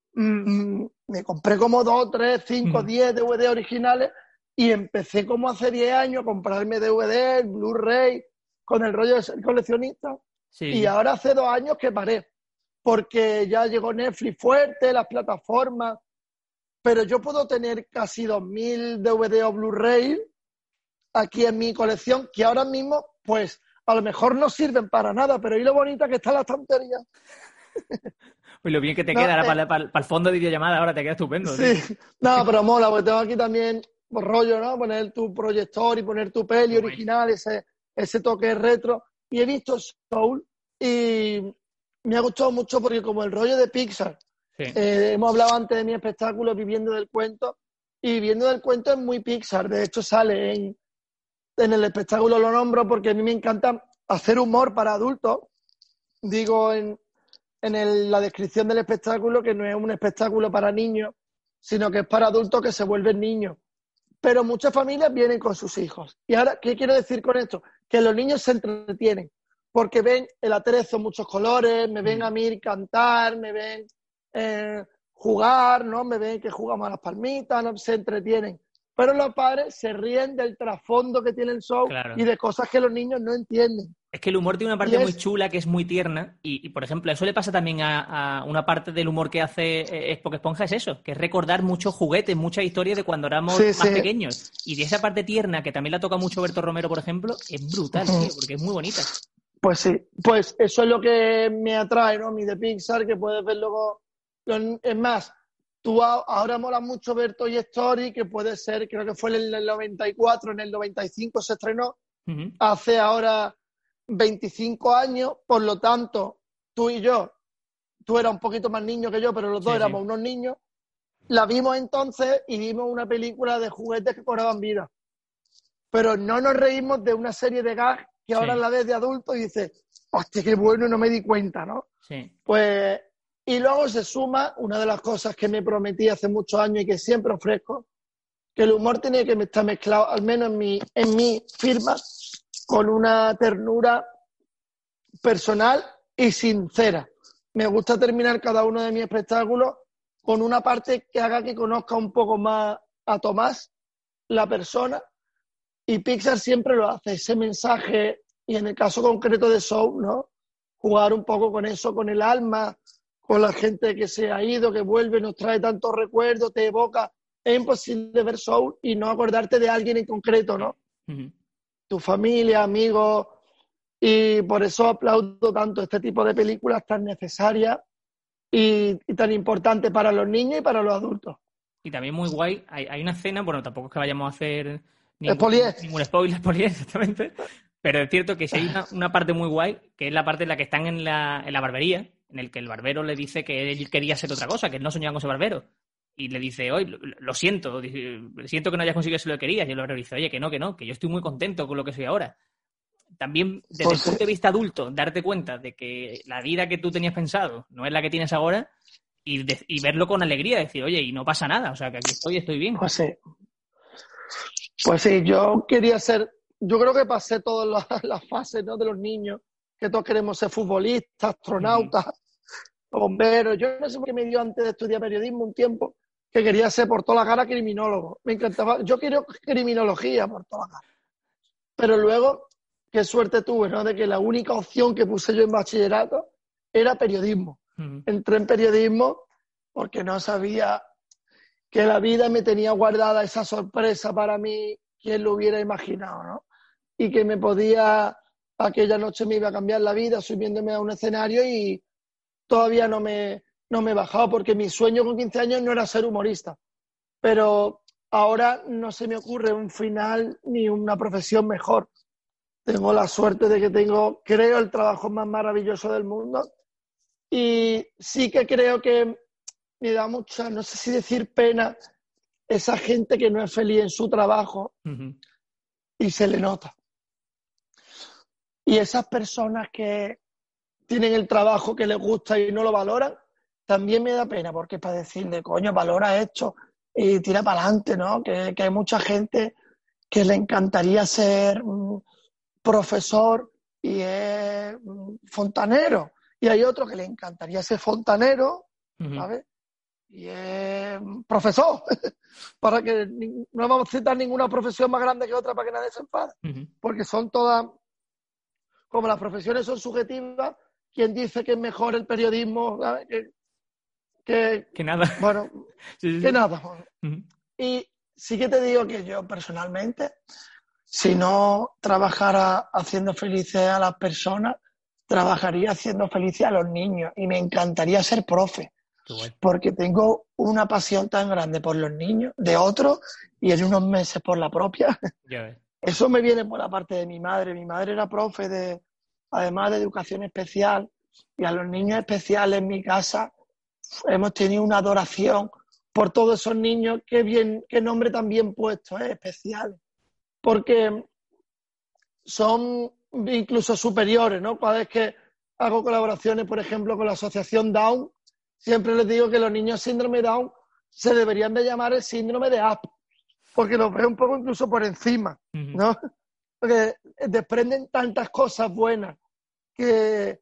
Speaker 4: me compré como 2, 3, 5, 10 DVD originales y empecé como hace 10 años a comprarme DVD, Blu-ray, con el rollo de ser coleccionista. Sí. Y ahora hace 2 años que paré, porque ya llegó Netflix fuerte, las plataformas, pero yo puedo tener casi 2000 DVD o Blu-ray aquí en mi colección, que ahora mismo, pues, a lo mejor no sirven para nada, pero ¿y lo bonita que está la estantería?
Speaker 5: Pues lo bien que te
Speaker 4: No,
Speaker 5: queda ahora para el fondo de videollamada, ahora te queda estupendo.
Speaker 4: sí,
Speaker 5: Tío.
Speaker 4: no, pero mola, porque tengo aquí también pues, rollo, ¿no? Poner tu proyector y poner tu peli
Speaker 5: Guay.
Speaker 4: original, ese toque retro. Y he visto Soul y me ha gustado mucho porque como el rollo de Pixar,
Speaker 5: Sí.
Speaker 4: hemos hablado antes de mi espectáculo Viviendo del Cuento, y Viviendo del Cuento es muy Pixar, de hecho sale en el espectáculo, lo nombro porque a mí me encanta hacer humor para adultos, digo en la descripción del espectáculo que no es un espectáculo para niños, sino que es para adultos que se vuelven niños. Pero muchas familias vienen con sus hijos. Y ahora, ¿qué quiero decir con esto? Que los niños se entretienen, porque ven el atrezo en muchos colores, me ven a mí cantar, me ven jugar, ¿no? Me ven que jugamos a las palmitas, ¿no? Se entretienen. Pero los padres se ríen del trasfondo que tiene el show
Speaker 5: Claro.
Speaker 4: y de cosas que los niños no entienden.
Speaker 5: Es que el humor tiene una parte
Speaker 4: Y es-
Speaker 5: muy chula que es muy tierna y, por ejemplo, eso le pasa también a una parte del humor que hace Bob Esponja, es eso, que es recordar muchos juguetes, muchas historias de cuando éramos
Speaker 4: Sí,
Speaker 5: más
Speaker 4: sí.
Speaker 5: pequeños. Y de esa parte tierna, que también la toca mucho Berto Romero, por ejemplo, es brutal,
Speaker 4: Ujú.
Speaker 5: tío, porque es muy bonita.
Speaker 4: Pues sí, pues eso es lo que me atrae, ¿no? Mi de Pixar, que puedes ver luego. Es más, ahora mola mucho ver Toy Story, que puede ser, creo que fue en el 94, en el 95 se estrenó,
Speaker 5: Ujú.
Speaker 4: hace ahora 25 años, por lo tanto, tú y yo, tú eras un poquito más niño que yo, pero los dos
Speaker 5: Sí,
Speaker 4: éramos
Speaker 5: sí.
Speaker 4: unos niños, la vimos entonces y vimos una película de juguetes que cobraban vida. Pero no nos reímos de una serie de gags que ahora
Speaker 5: Sí.
Speaker 4: la ves de adulto y dices, hostia, qué bueno, no me di cuenta, ¿no?
Speaker 5: Sí.
Speaker 4: Pues, y luego se suma una de las cosas que me prometí hace muchos años y que siempre ofrezco, que el humor tiene que estar mezclado, al menos en mi firma, con una ternura personal y sincera. Me gusta terminar cada uno de mis espectáculos con una parte que haga que conozca un poco más a Tomás, la persona, y Pixar siempre lo hace, ese mensaje, y en el caso concreto de Soul, ¿no? Jugar un poco con eso, con el alma, con la gente que se ha ido, que vuelve, nos trae tantos recuerdos, te evoca. Es imposible ver Soul y no acordarte de alguien en concreto, ¿no?
Speaker 5: Ujú.
Speaker 4: Tu familia, amigos, y por eso aplaudo tanto este tipo de películas tan necesarias y tan importantes para los niños y para los adultos.
Speaker 5: Y también muy guay, hay una escena, bueno, tampoco es que vayamos a hacer
Speaker 4: Spoiler.
Speaker 5: ningún spoiler, exactamente, pero es cierto que sí hay una parte muy guay, que es la parte en la que están en la barbería, en el que el barbero le dice que él quería ser otra cosa, que él no soñaba con ser barbero. Y le dice, oye, lo siento, siento que no hayas conseguido eso lo que querías. Y el barbero dice, oye, que no, que yo estoy muy contento con lo que soy ahora. También, desde
Speaker 4: Pues
Speaker 5: el punto de vista adulto, darte cuenta de que la vida que tú tenías pensado no es la que tienes ahora y verlo con alegría, decir, oye, y no pasa nada, o sea, que aquí estoy bien.
Speaker 4: Pues sí. Pues sí, yo quería ser, yo creo que pasé todas las fases, ¿no? De los niños, que todos queremos ser futbolistas, astronautas, bomberos. Yo no sé por qué me dio antes de estudiar periodismo un tiempo que quería ser por toda la cara criminólogo. Me encantaba, yo quiero criminología por toda la cara. Pero luego, qué suerte tuve, ¿no? De que la única opción que puse yo en bachillerato era periodismo.
Speaker 5: Ujú.
Speaker 4: Entré en periodismo porque no sabía que la vida me tenía guardada esa sorpresa para mí, quien lo hubiera imaginado, ¿no? Y que aquella noche me iba a cambiar la vida subiéndome a un escenario y todavía no me he bajado porque mi sueño con 15 años no era ser humorista. Pero ahora no se me ocurre un final ni una profesión mejor. Tengo la suerte de que creo, el trabajo más maravilloso del mundo y sí que creo que me da mucha, no sé si decir pena, esa gente que no es feliz en su trabajo
Speaker 5: Ujú.
Speaker 4: y se le nota. Y esas personas que tienen el trabajo que les gusta y no lo valoran, también me da pena, porque es para decirle, coño, valora esto y tira para adelante, ¿no? Que hay mucha gente que le encantaría ser profesor y es fontanero. Y hay otro que le encantaría ser fontanero,
Speaker 5: Ujú.
Speaker 4: ¿sabes? Y es profesor, para que no vamos a citar ninguna profesión más grande que otra para que nadie se enfade,
Speaker 5: Ujú.
Speaker 4: porque son todas, como las profesiones son subjetivas, quien dice que es mejor el periodismo, ¿sabes?
Speaker 5: Que nada.
Speaker 4: Bueno,
Speaker 5: Sí.
Speaker 4: que nada.
Speaker 5: Uh-huh.
Speaker 6: Y sí que te digo que yo personalmente, si no trabajara haciendo felices a las personas, trabajaría haciendo felices a los niños. Y me encantaría ser profe, porque tengo una pasión tan grande por los niños de otros y en unos meses por la propia.
Speaker 5: Ya ves.
Speaker 6: Eso me viene por la parte de mi madre. Mi madre era profe además de educación especial, y a los niños especiales en mi casa hemos tenido una adoración por todos esos niños. Qué nombre tan bien puesto, especiales. Porque son incluso superiores, ¿no? Cada vez que hago colaboraciones, por ejemplo, con la Asociación Down, siempre les digo que los niños síndrome Down se deberían de llamar el síndrome de Asp, porque los veo un poco incluso por encima, ¿no? Porque desprenden tantas cosas buenas que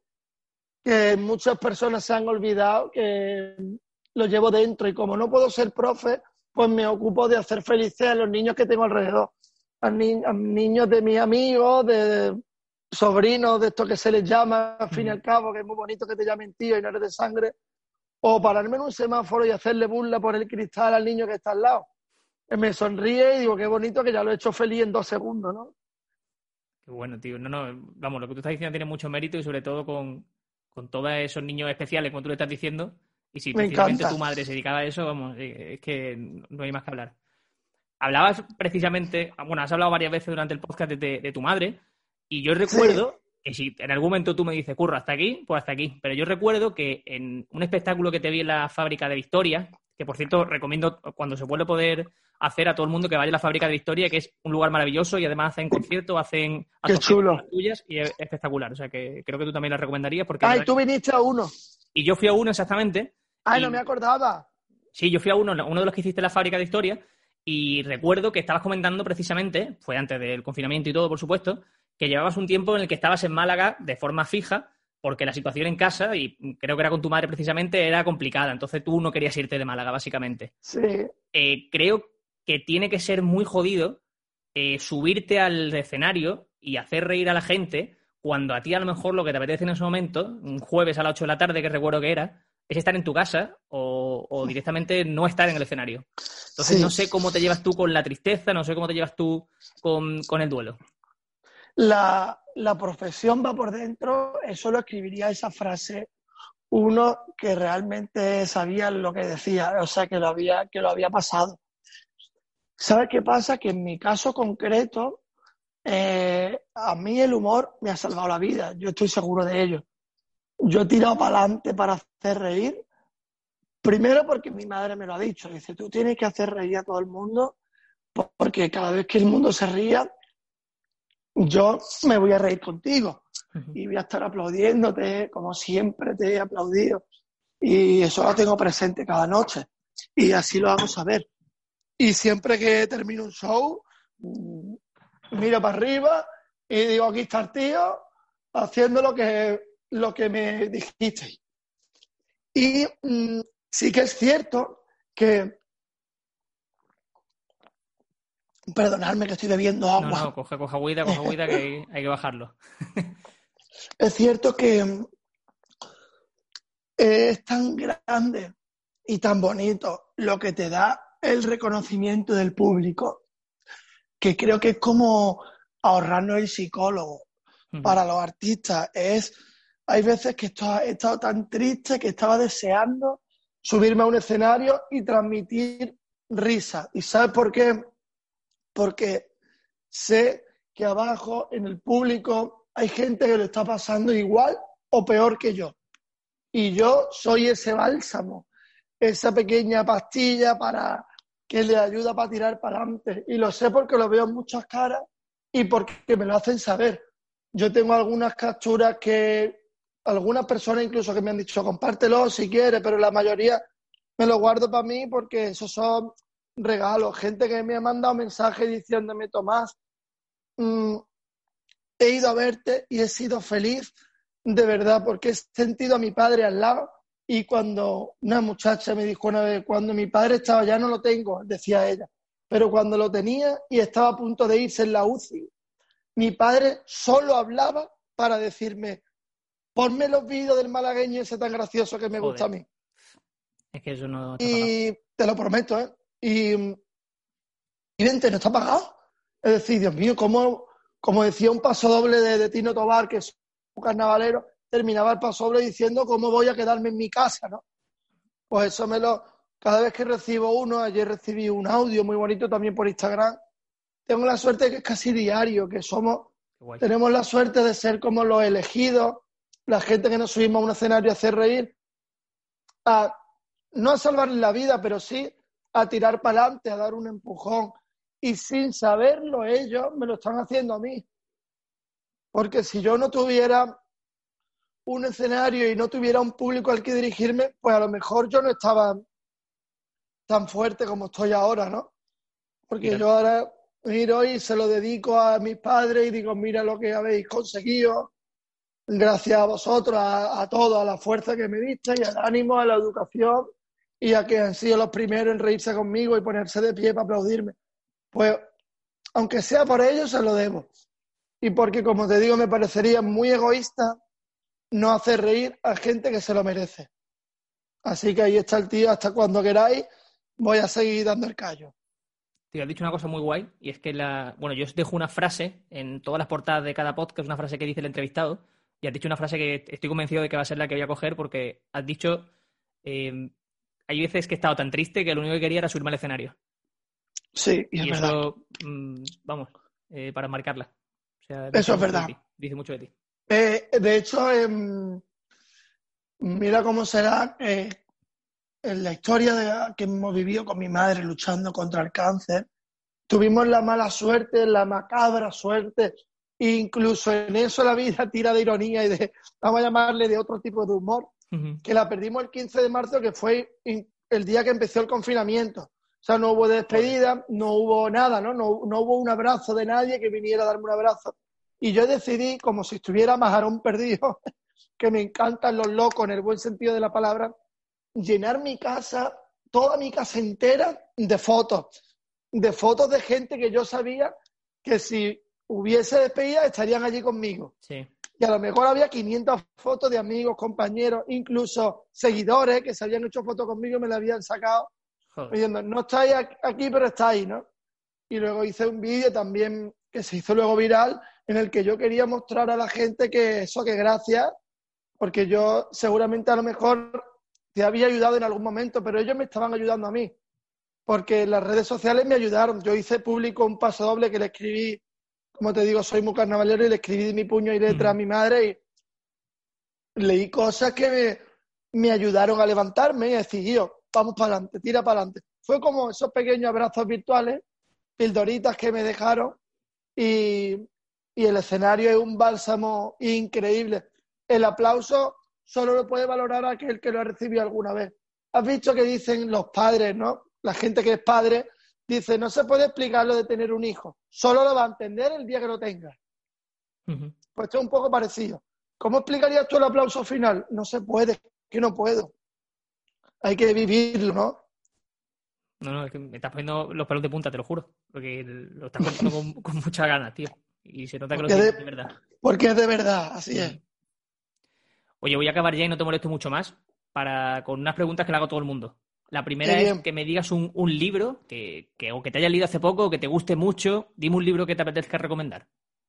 Speaker 6: muchas personas se han olvidado, que lo llevo dentro, y como no puedo ser profe, pues me ocupo de hacer felices a los niños que tengo alrededor, a niños de mis amigos, de sobrinos, de esto que se les llama, al fin y al cabo, que es muy bonito que te llamen tío y no eres de sangre, o pararme en un semáforo y hacerle burla por el cristal al niño que está al lado. Me sonríe y digo, qué bonito, que ya lo he hecho feliz en 2 segundos, ¿no?
Speaker 5: Qué bueno, tío. No, vamos, lo que tú estás diciendo tiene mucho mérito, y sobre todo con todos esos niños especiales, como tú le estás diciendo. Y si precisamente tu madre se dedicaba a eso, vamos, es que no hay más que hablar. Hablabas precisamente, bueno, has hablado varias veces durante el podcast de tu madre, y yo recuerdo que si en algún momento tú me dices, Curro, hasta aquí, pues hasta aquí. Pero yo recuerdo que en un espectáculo que te vi en la Fábrica de Victoria, que por cierto recomiendo cuando se vuelve a poder hacer a todo el mundo que vaya a la Fábrica de Victoria, que es un lugar maravilloso, y además hacen conciertos, hacen
Speaker 6: chulo
Speaker 5: tuyas, y es espectacular. O sea que creo que tú también la recomendarías. Porque
Speaker 6: y tú viniste a uno.
Speaker 5: Y yo fui a uno exactamente.
Speaker 6: No me acordaba.
Speaker 5: Sí, yo fui a uno de los que hiciste en la Fábrica de Victoria, y recuerdo que estabas comentando precisamente, fue antes del confinamiento y todo, por supuesto, que llevabas un tiempo en el que estabas en Málaga de forma fija, porque la situación en casa, y creo que era con tu madre precisamente, era complicada. Entonces tú no querías irte de Málaga, básicamente.
Speaker 6: Sí.
Speaker 5: Creo que tiene que ser muy jodido subirte al escenario y hacer reír a la gente cuando a ti a lo mejor lo que te apetece en ese momento, un jueves a las 8 de la tarde, que recuerdo que era, es estar en tu casa o directamente no estar en el escenario. Entonces no sé cómo te llevas tú con la tristeza, no sé cómo te llevas tú con el duelo.
Speaker 6: La profesión va por dentro. Eso lo escribiría esa frase uno que realmente sabía lo que decía, o sea, que lo había pasado. ¿Sabes qué pasa? Que en mi caso concreto, a mí el humor me ha salvado la vida. Yo estoy seguro de ello. Yo he tirado para adelante para hacer reír. Primero porque mi madre me lo ha dicho. Dice, tú tienes que hacer reír a todo el mundo, porque cada vez que el mundo se ría, yo me voy a reír contigo. Y voy a estar aplaudiéndote, como siempre te he aplaudido. Y eso lo tengo presente cada noche. Y así lo hago saber. Y siempre que termino un show, miro para arriba y digo, aquí está el tío haciendo lo que me dijisteis. Y sí que es cierto que... Perdonadme que estoy bebiendo agua.
Speaker 5: No, coge agüita, que hay que bajarlo.
Speaker 6: Es cierto que es tan grande y tan bonito lo que te da el reconocimiento del público, que creo que es como ahorrarnos el psicólogo. Para los artistas. Hay veces que he estado tan triste que estaba deseando subirme a un escenario y transmitir risa. ¿Y sabes por qué? Porque sé que abajo en el público hay gente que lo está pasando igual o peor que yo. Y yo soy ese bálsamo, esa pequeña pastilla para que le ayuda para tirar para adelante. Y lo sé porque lo veo en muchas caras y porque me lo hacen saber. Yo tengo algunas capturas que algunas personas incluso que me han dicho, compártelo si quieres, pero la mayoría me lo guardo para mí porque esos son regalos. Gente que me ha mandado mensajes diciéndome, Tomás, he ido a verte y he sido feliz de verdad porque he sentido a mi padre al lado. Y cuando una muchacha me dijo una vez, cuando mi padre estaba, ya no lo tengo, decía ella, pero cuando lo tenía y estaba a punto de irse en la UCI, mi padre solo hablaba para decirme, ponme los vídeos del malagueño ese tan gracioso que me gusta a mí.
Speaker 5: Es que eso no está pagado.
Speaker 4: Y te lo prometo, ¿eh? Y vente, no está pagado. Es decir, Dios mío, como decía un paso doble de Tino Tobar, que es un carnavalero, terminaba el paso doble diciendo cómo voy a quedarme en mi casa, ¿no? Pues eso cada vez que recibo uno, ayer recibí un audio muy bonito también por Instagram, tengo la suerte de que es casi diario, que tenemos la suerte de ser como los elegidos, la gente que nos subimos a un escenario a hacer reír, no a salvarle la vida, pero sí a tirar para adelante, a dar un empujón. Y sin saberlo ellos, me lo están haciendo a mí. Porque si yo no tuviera un escenario y no tuviera un público al que dirigirme, pues a lo mejor yo no estaba tan fuerte como estoy ahora, ¿no? Porque yo ahora miro y se lo dedico a mis padres y digo, mira lo que habéis conseguido, gracias a vosotros, a todos, a la fuerza que me diste y al ánimo, a la educación y a que han sido los primeros en reírse conmigo y ponerse de pie para aplaudirme. Pues, aunque sea por ellos, se lo debo. Y porque, como te digo, me parecería muy egoísta no hacer reír a gente que se lo merece. Así que ahí está el tío, hasta cuando queráis, voy a seguir dando el callo.
Speaker 5: Tío, has dicho una cosa muy guay, y es que yo os dejo una frase en todas las portadas de cada podcast, una frase que dice el entrevistado, y has dicho una frase que estoy convencido de que va a ser la que voy a coger, porque has dicho, hay veces que he estado tan triste que lo único que quería era subirme al escenario.
Speaker 4: Sí, y es
Speaker 5: y
Speaker 4: verdad.
Speaker 5: Eso, para marcarla. O sea,
Speaker 4: Eso es verdad.
Speaker 5: Dice mucho de ti.
Speaker 4: De hecho, mira cómo será en la historia que hemos vivido con mi madre luchando contra el cáncer. Tuvimos la mala suerte, la macabra suerte, e incluso en eso la vida tira de ironía y vamos a llamarle de otro tipo de humor, que la perdimos el 15 de marzo, que fue el día que empezó el confinamiento. O sea, no hubo despedida, no hubo nada, ¿no? No hubo un abrazo de nadie que viniera a darme un abrazo. Y yo decidí, como si estuviera Majarón perdido, que me encantan los locos en el buen sentido de la palabra, llenar mi casa, toda mi casa entera, de fotos de gente que yo sabía que si hubiese despedida estarían allí conmigo.
Speaker 5: Sí.
Speaker 4: Y a lo mejor había 500 fotos de amigos, compañeros, incluso seguidores que se habían hecho fotos conmigo y me las habían sacado.
Speaker 5: Joder.
Speaker 4: Diciendo, no estáis aquí, pero estáis, ¿no? Y luego hice un vídeo también que se hizo luego viral, en el que yo quería mostrar a la gente que gracias, porque yo seguramente a lo mejor te había ayudado en algún momento, pero ellos me estaban ayudando a mí, porque las redes sociales me ayudaron. Yo hice público un paso doble que le escribí, como te digo, soy muy carnavalero, y le escribí de mi puño y letra a mi madre y leí cosas que me ayudaron a levantarme y a decir, yo, vamos para adelante, tira para adelante. Fue como esos pequeños abrazos virtuales, pildoritas que me dejaron, y el escenario es un bálsamo increíble. El aplauso solo lo puede valorar aquel que lo ha recibido alguna vez. Has visto que dicen los padres, ¿no? La gente que es padre dice, no se puede explicar lo de tener un hijo, solo lo va a entender el día que lo tenga. Pues esto es un poco parecido. ¿Cómo explicarías tú el aplauso final? No se puede, que no puedo. Hay que vivirlo, ¿no?
Speaker 5: No, es que me estás poniendo los pelos de punta, te lo juro. Porque lo estás contando con muchas ganas, tío. Y se nota que lo tienes de verdad.
Speaker 4: Porque es de verdad, así es.
Speaker 5: Oye, voy a acabar ya y no te molesto mucho más con unas preguntas que le hago a todo el mundo. La primera es que me digas un libro que te hayas leído hace poco o que te guste mucho. Dime un libro que te apetezca recomendar.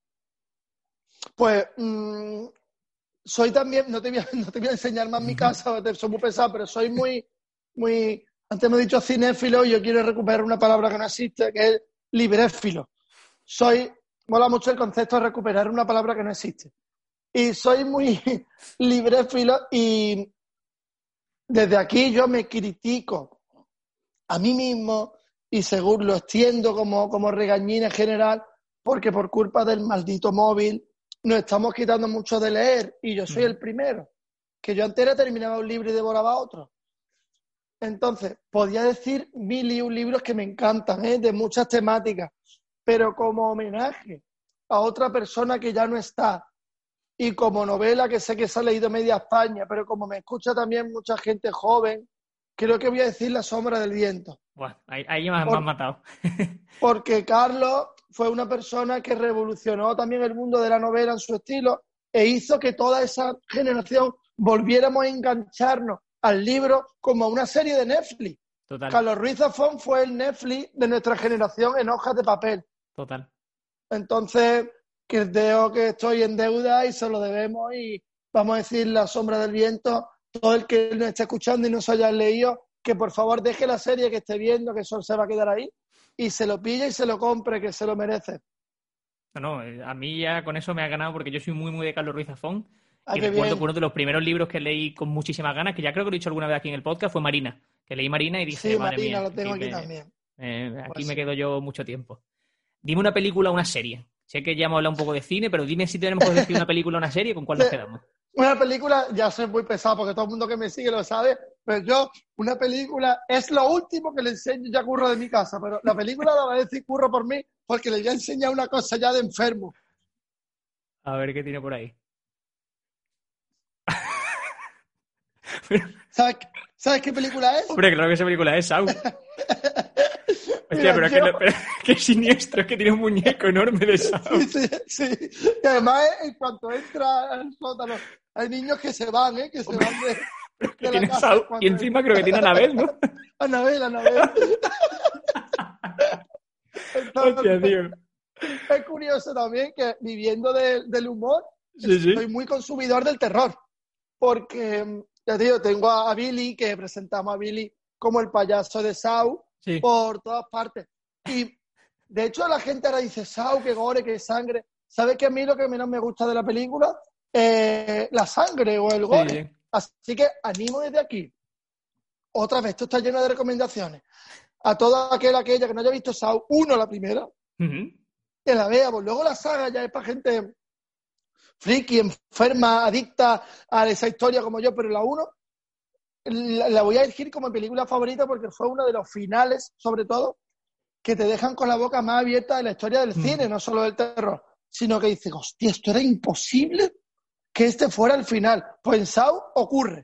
Speaker 4: Pues soy también, no te voy a enseñar más mi casa, soy muy pesado, pero soy muy, antes me he dicho cinéfilo y yo quiero recuperar una palabra que no existe, que es libréfilo. Mola mucho el concepto de recuperar una palabra que no existe. Y soy muy libréfilo y desde aquí yo me critico a mí mismo y seguro lo extiendo como regañina en general, porque por culpa del maldito móvil nos estamos quitando mucho de leer y yo soy el primero, que yo antes terminaba un libro y devoraba otro. Entonces, podía decir 1001 libros que me encantan, de muchas temáticas, pero como homenaje a otra persona que ya no está y como novela que sé que se ha leído media España, pero como me escucha también mucha gente joven, creo que voy a decir La sombra del viento.
Speaker 5: Buah, ahí me has matado.
Speaker 4: Porque Carlos fue una persona que revolucionó también el mundo de la novela en su estilo e hizo que toda esa generación volviéramos a engancharnos al libro como a una serie de Netflix.
Speaker 5: Total.
Speaker 4: Carlos Ruiz Zafón fue el Netflix de nuestra generación en hojas de papel.
Speaker 5: Total.
Speaker 4: Entonces, creo que estoy en deuda y se lo debemos y vamos a decir La sombra del viento, todo el que nos esté escuchando y no se haya leído, que por favor deje la serie que esté viendo, que solo se va a quedar ahí, y se lo pille y se lo compre, que se lo merece.
Speaker 5: No, a mí ya con eso me ha ganado porque yo soy muy, muy de Carlos Ruiz Zafón.
Speaker 4: Ah,
Speaker 5: Y
Speaker 4: qué
Speaker 5: recuerdo
Speaker 4: bien.
Speaker 5: que uno de los primeros libros que leí con muchísimas ganas, que ya creo que lo he dicho alguna vez aquí en el podcast, fue Marina. Que leí Marina y dije,
Speaker 4: Sí,
Speaker 5: madre
Speaker 4: Marina,
Speaker 5: mía,
Speaker 4: lo tengo aquí también.
Speaker 5: aquí
Speaker 4: Pues
Speaker 5: me
Speaker 4: sí.
Speaker 5: quedo yo mucho tiempo. Dime una película o una serie. Sé que ya hemos hablado un poco de cine, pero dime si tenemos que decir una película o una serie, ¿con cuál nos quedamos?
Speaker 4: Una película, ya soy muy pesado porque todo el mundo que me sigue lo sabe, pero yo, una película es lo último que le enseño ya a Curro de mi casa, pero la película la va a decir Curro por mí porque le voy a enseñar una cosa ya de enfermo.
Speaker 5: A ver qué tiene por ahí.
Speaker 4: ¿Sabes qué película es?
Speaker 5: Hombre, claro que esa película es Saw. Hostia,
Speaker 4: Mira,
Speaker 5: pero, pero qué siniestro, es que tiene un muñeco enorme de Saw.
Speaker 4: Sí. Y además, en cuanto entra al sótano, hay niños que se van, que se van
Speaker 5: Que
Speaker 4: de la
Speaker 5: tiene
Speaker 4: casa.
Speaker 5: Saw.
Speaker 4: cuando
Speaker 5: Y encima creo que tiene Anabel, ¿no?
Speaker 4: Anabel. Entonces,
Speaker 5: Hostia, tío.
Speaker 4: es curioso también que viviendo del humor,
Speaker 5: Sí.
Speaker 4: soy muy consumidor del terror. Porque, ya te digo, tengo a Billy, que presentamos a Billy como el payaso de Saw
Speaker 5: Sí.
Speaker 4: por todas partes. Y, de hecho, la gente ahora dice Saw, que gore, que sangre. ¿Sabes que a mí lo que menos me gusta de la película? La sangre o el gore.
Speaker 5: Sí.
Speaker 4: Así que animo desde aquí. Otra vez, esto está lleno de recomendaciones. A toda aquella que no haya visto Saw 1, la primera,
Speaker 5: Ujú.
Speaker 4: que la vea. Pues luego la saga ya es para gente friki, enferma, adicta a esa historia como yo, pero la 1 la voy a elegir como película favorita porque fue uno de los finales, sobre todo, que te dejan con la boca más abierta de la historia del cine, no solo del terror, sino que dices, hostia, esto era imposible que este fuera el final. Pues en Saw ocurre.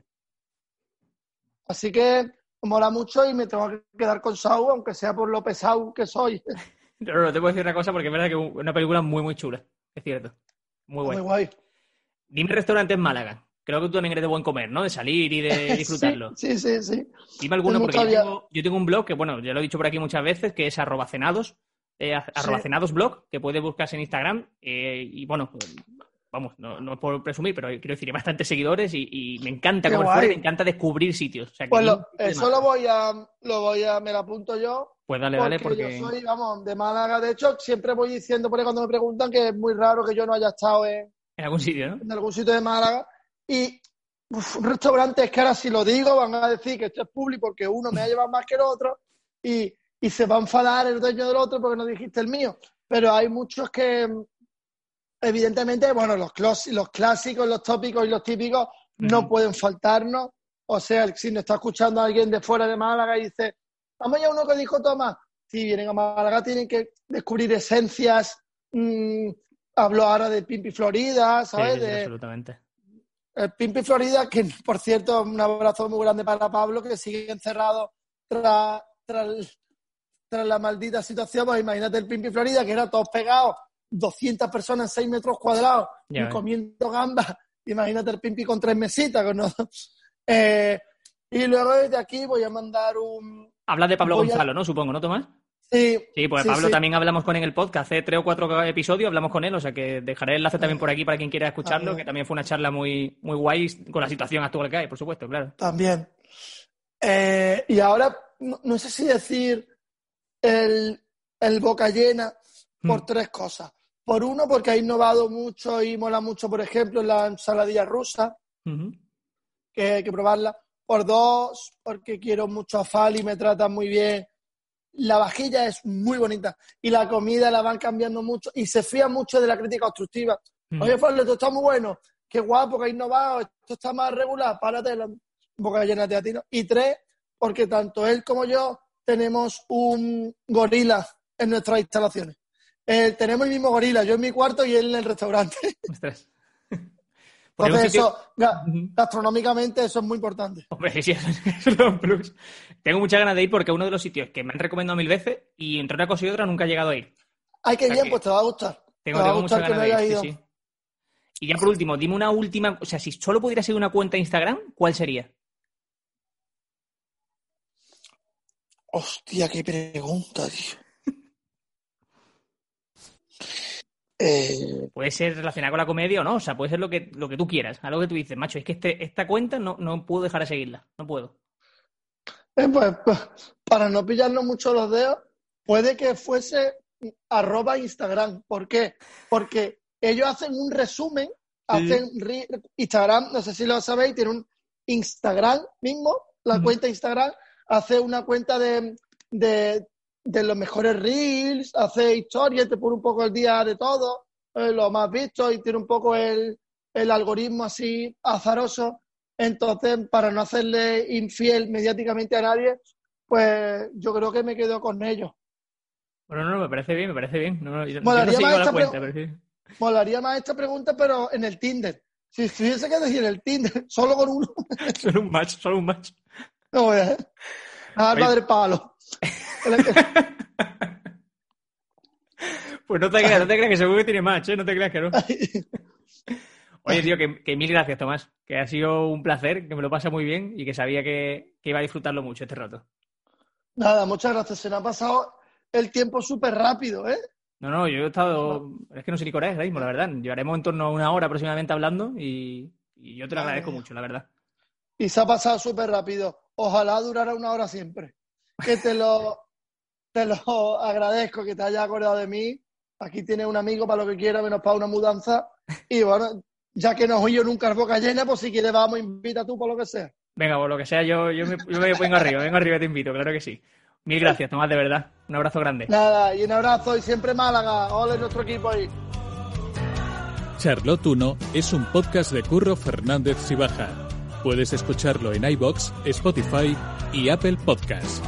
Speaker 4: Así que me mola mucho y me tengo que quedar con Saw, aunque sea por lo pesado que soy.
Speaker 5: No, te puedo decir una cosa porque es verdad que es una película muy, muy chula. Es cierto. Muy
Speaker 4: Muy
Speaker 5: guay.
Speaker 4: guay.
Speaker 5: Dime restaurantes en Málaga. Creo que tú también eres de buen comer, ¿no? De salir y de disfrutarlo.
Speaker 4: Sí.
Speaker 5: Dime alguno,
Speaker 4: Me
Speaker 5: porque yo
Speaker 4: gustaría-
Speaker 5: tengo un blog que, bueno, ya lo he dicho por aquí muchas veces, que es @cenados, @cenadosblog, que puedes buscarse en Instagram. Y bueno, vamos, no es por presumir, pero quiero decir, hay bastantes seguidores y me encanta
Speaker 4: Qué
Speaker 5: comer fuera y
Speaker 4: guay.
Speaker 5: me encanta descubrir sitios. O sea, que
Speaker 4: Pues
Speaker 5: bien,
Speaker 4: eso me lo apunto yo.
Speaker 5: Pues dale,
Speaker 4: Porque yo soy, vamos, de Málaga. De hecho, siempre voy diciendo por ahí cuando me preguntan que es muy raro que yo no haya estado
Speaker 5: en algún sitio, ¿no?
Speaker 4: en algún sitio de Málaga. Y un restaurante es que ahora si lo digo van a decir que esto es público porque uno me ha llevado más que el otro y se va a enfadar el dueño del otro porque no dijiste el mío. Pero hay muchos que, evidentemente, bueno, los clásicos, los tópicos y los típicos no pueden faltarnos. O sea, si nos está escuchando alguien de fuera de Málaga y dice, vamos ya uno que dijo Tomás, si vienen a Málaga tienen que descubrir esencias. Hablo ahora de Pimpi Florida, ¿sabes?
Speaker 5: Sí, absolutamente.
Speaker 4: Pimpi Florida, que por cierto, un abrazo muy grande para Pablo, que sigue encerrado tras la maldita situación. Pues imagínate el Pimpi Florida, que era todos pegados, 200 personas en 6 metros cuadrados,
Speaker 5: Ya
Speaker 4: y
Speaker 5: ves.
Speaker 4: comiendo gambas. Imagínate el Pimpi con 3 mesitas. Y luego desde aquí voy a mandar un...
Speaker 5: Hablas de Pablo
Speaker 4: Voy a-
Speaker 5: Gonzalo, ¿no? Supongo, ¿no, Tomás?
Speaker 4: Sí,
Speaker 5: Sí, pues
Speaker 4: sí,
Speaker 5: Pablo
Speaker 4: sí.
Speaker 5: también hablamos con él en el podcast. Hace 3 o 4 episodios hablamos con él, o sea que dejaré el enlace también por aquí para quien quiera escucharlo, que también fue una charla muy, muy guay con la situación actual que hay, por supuesto, claro.
Speaker 4: También. Y ahora, no sé si decir el boca llena por 3 cosas. Por uno, porque ha innovado mucho y mola mucho, por ejemplo, la ensaladilla rusa,
Speaker 5: Ujú.
Speaker 4: que hay que probarla. Por 2, porque quiero mucho a Fali, me tratan muy bien. La vajilla es muy bonita y la comida la van cambiando mucho y se fía mucho de la crítica constructiva. Oye, Fali, esto está muy bueno, qué guapo, que ha innovado, esto está más regular, párate la boca llena de atino. Y 3, porque tanto él como yo tenemos un gorila en nuestras instalaciones. Tenemos el mismo gorila, yo en mi cuarto y él en el restaurante.
Speaker 5: Ostras. Porque
Speaker 4: Entonces
Speaker 5: un sitio-
Speaker 4: eso, gastronómicamente, eso es muy importante.
Speaker 5: Hombre, sí, eso es un plus. Tengo muchas ganas de ir porque es uno de los sitios que me han recomendado 1000 veces y entre una cosa y otra nunca he llegado a ir.
Speaker 4: Ay, qué
Speaker 5: O sea
Speaker 4: bien,
Speaker 5: que
Speaker 4: pues te va a gustar.
Speaker 5: Tengo
Speaker 4: te va a
Speaker 5: muchas
Speaker 4: gustar que no
Speaker 5: ganas de
Speaker 4: hayas
Speaker 5: ir,
Speaker 4: ido.
Speaker 5: sí. Y ya por último, dime una última, o sea, si solo pudiera seguir una cuenta de Instagram, ¿cuál sería?
Speaker 6: Hostia, qué pregunta, tío.
Speaker 5: Puede ser relacionada con la comedia o no, o sea, puede ser lo que tú quieras, algo que tú dices, macho, es que esta cuenta no puedo dejar de seguirla, no puedo.
Speaker 4: Pues, para no pillarnos mucho los dedos, puede que fuese @Instagram. ¿Por qué? Porque ellos hacen un resumen, Instagram, no sé si lo sabéis, tiene un Instagram mismo, la cuenta Instagram, hace una cuenta de los mejores reels, hace historias, te pone un poco el día de todo, lo más visto, y tiene un poco el algoritmo así azaroso. Entonces, para no hacerle infiel mediáticamente a nadie, pues yo creo que me quedo con ellos.
Speaker 5: Bueno, no, me parece bien. No, yo no
Speaker 4: Molaría
Speaker 5: sigo
Speaker 4: más
Speaker 5: la cuenta, pero sí.
Speaker 4: Molaría más esta pregunta, pero en el Tinder. Si tuviese que decir el Tinder, solo con uno.
Speaker 5: Solo un match.
Speaker 4: No voy a dar padre palo.
Speaker 5: Pues no te creas que seguro que tiene match, ¿eh? No te creas que no. Oye, tío, que mil gracias, Tomás. Que ha sido un placer, que me lo pasa muy bien y que sabía que iba a disfrutarlo mucho este rato.
Speaker 4: Nada, muchas gracias. Se me ha pasado el tiempo súper rápido, ¿eh?
Speaker 5: No, yo he estado... Es que no sé ni qué hora mismo, la verdad. Llevaremos en torno a 1 hora aproximadamente hablando y yo te lo agradezco mucho, la verdad.
Speaker 4: Y se ha pasado súper rápido. Ojalá durara 1 hora siempre. Que te lo agradezco, que te hayas acordado de mí. Aquí tienes un amigo para lo que quiera, menos para una mudanza. Y bueno, ya que no oí nunca boca llena, pues si quieres vamos, invita tú por lo que sea.
Speaker 5: Venga, por lo que sea, yo me vengo arriba y te invito, claro que sí. Mil gracias, Tomás, de verdad. Un abrazo grande.
Speaker 4: Nada, y un abrazo, y siempre Málaga. Hola, nuestro equipo ahí.
Speaker 3: Charlotte 1 es un podcast de Curro Fernández Sibaja. Puedes escucharlo en iVoox, Spotify y Apple Podcasts.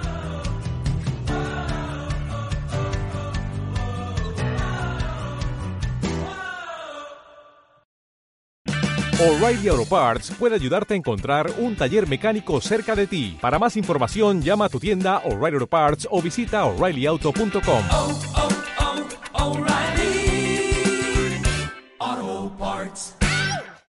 Speaker 7: O'Reilly Auto Parts puede ayudarte a encontrar un taller mecánico cerca de ti. Para más información, llama a tu tienda O'Reilly Auto Parts o visita O'ReillyAuto.com.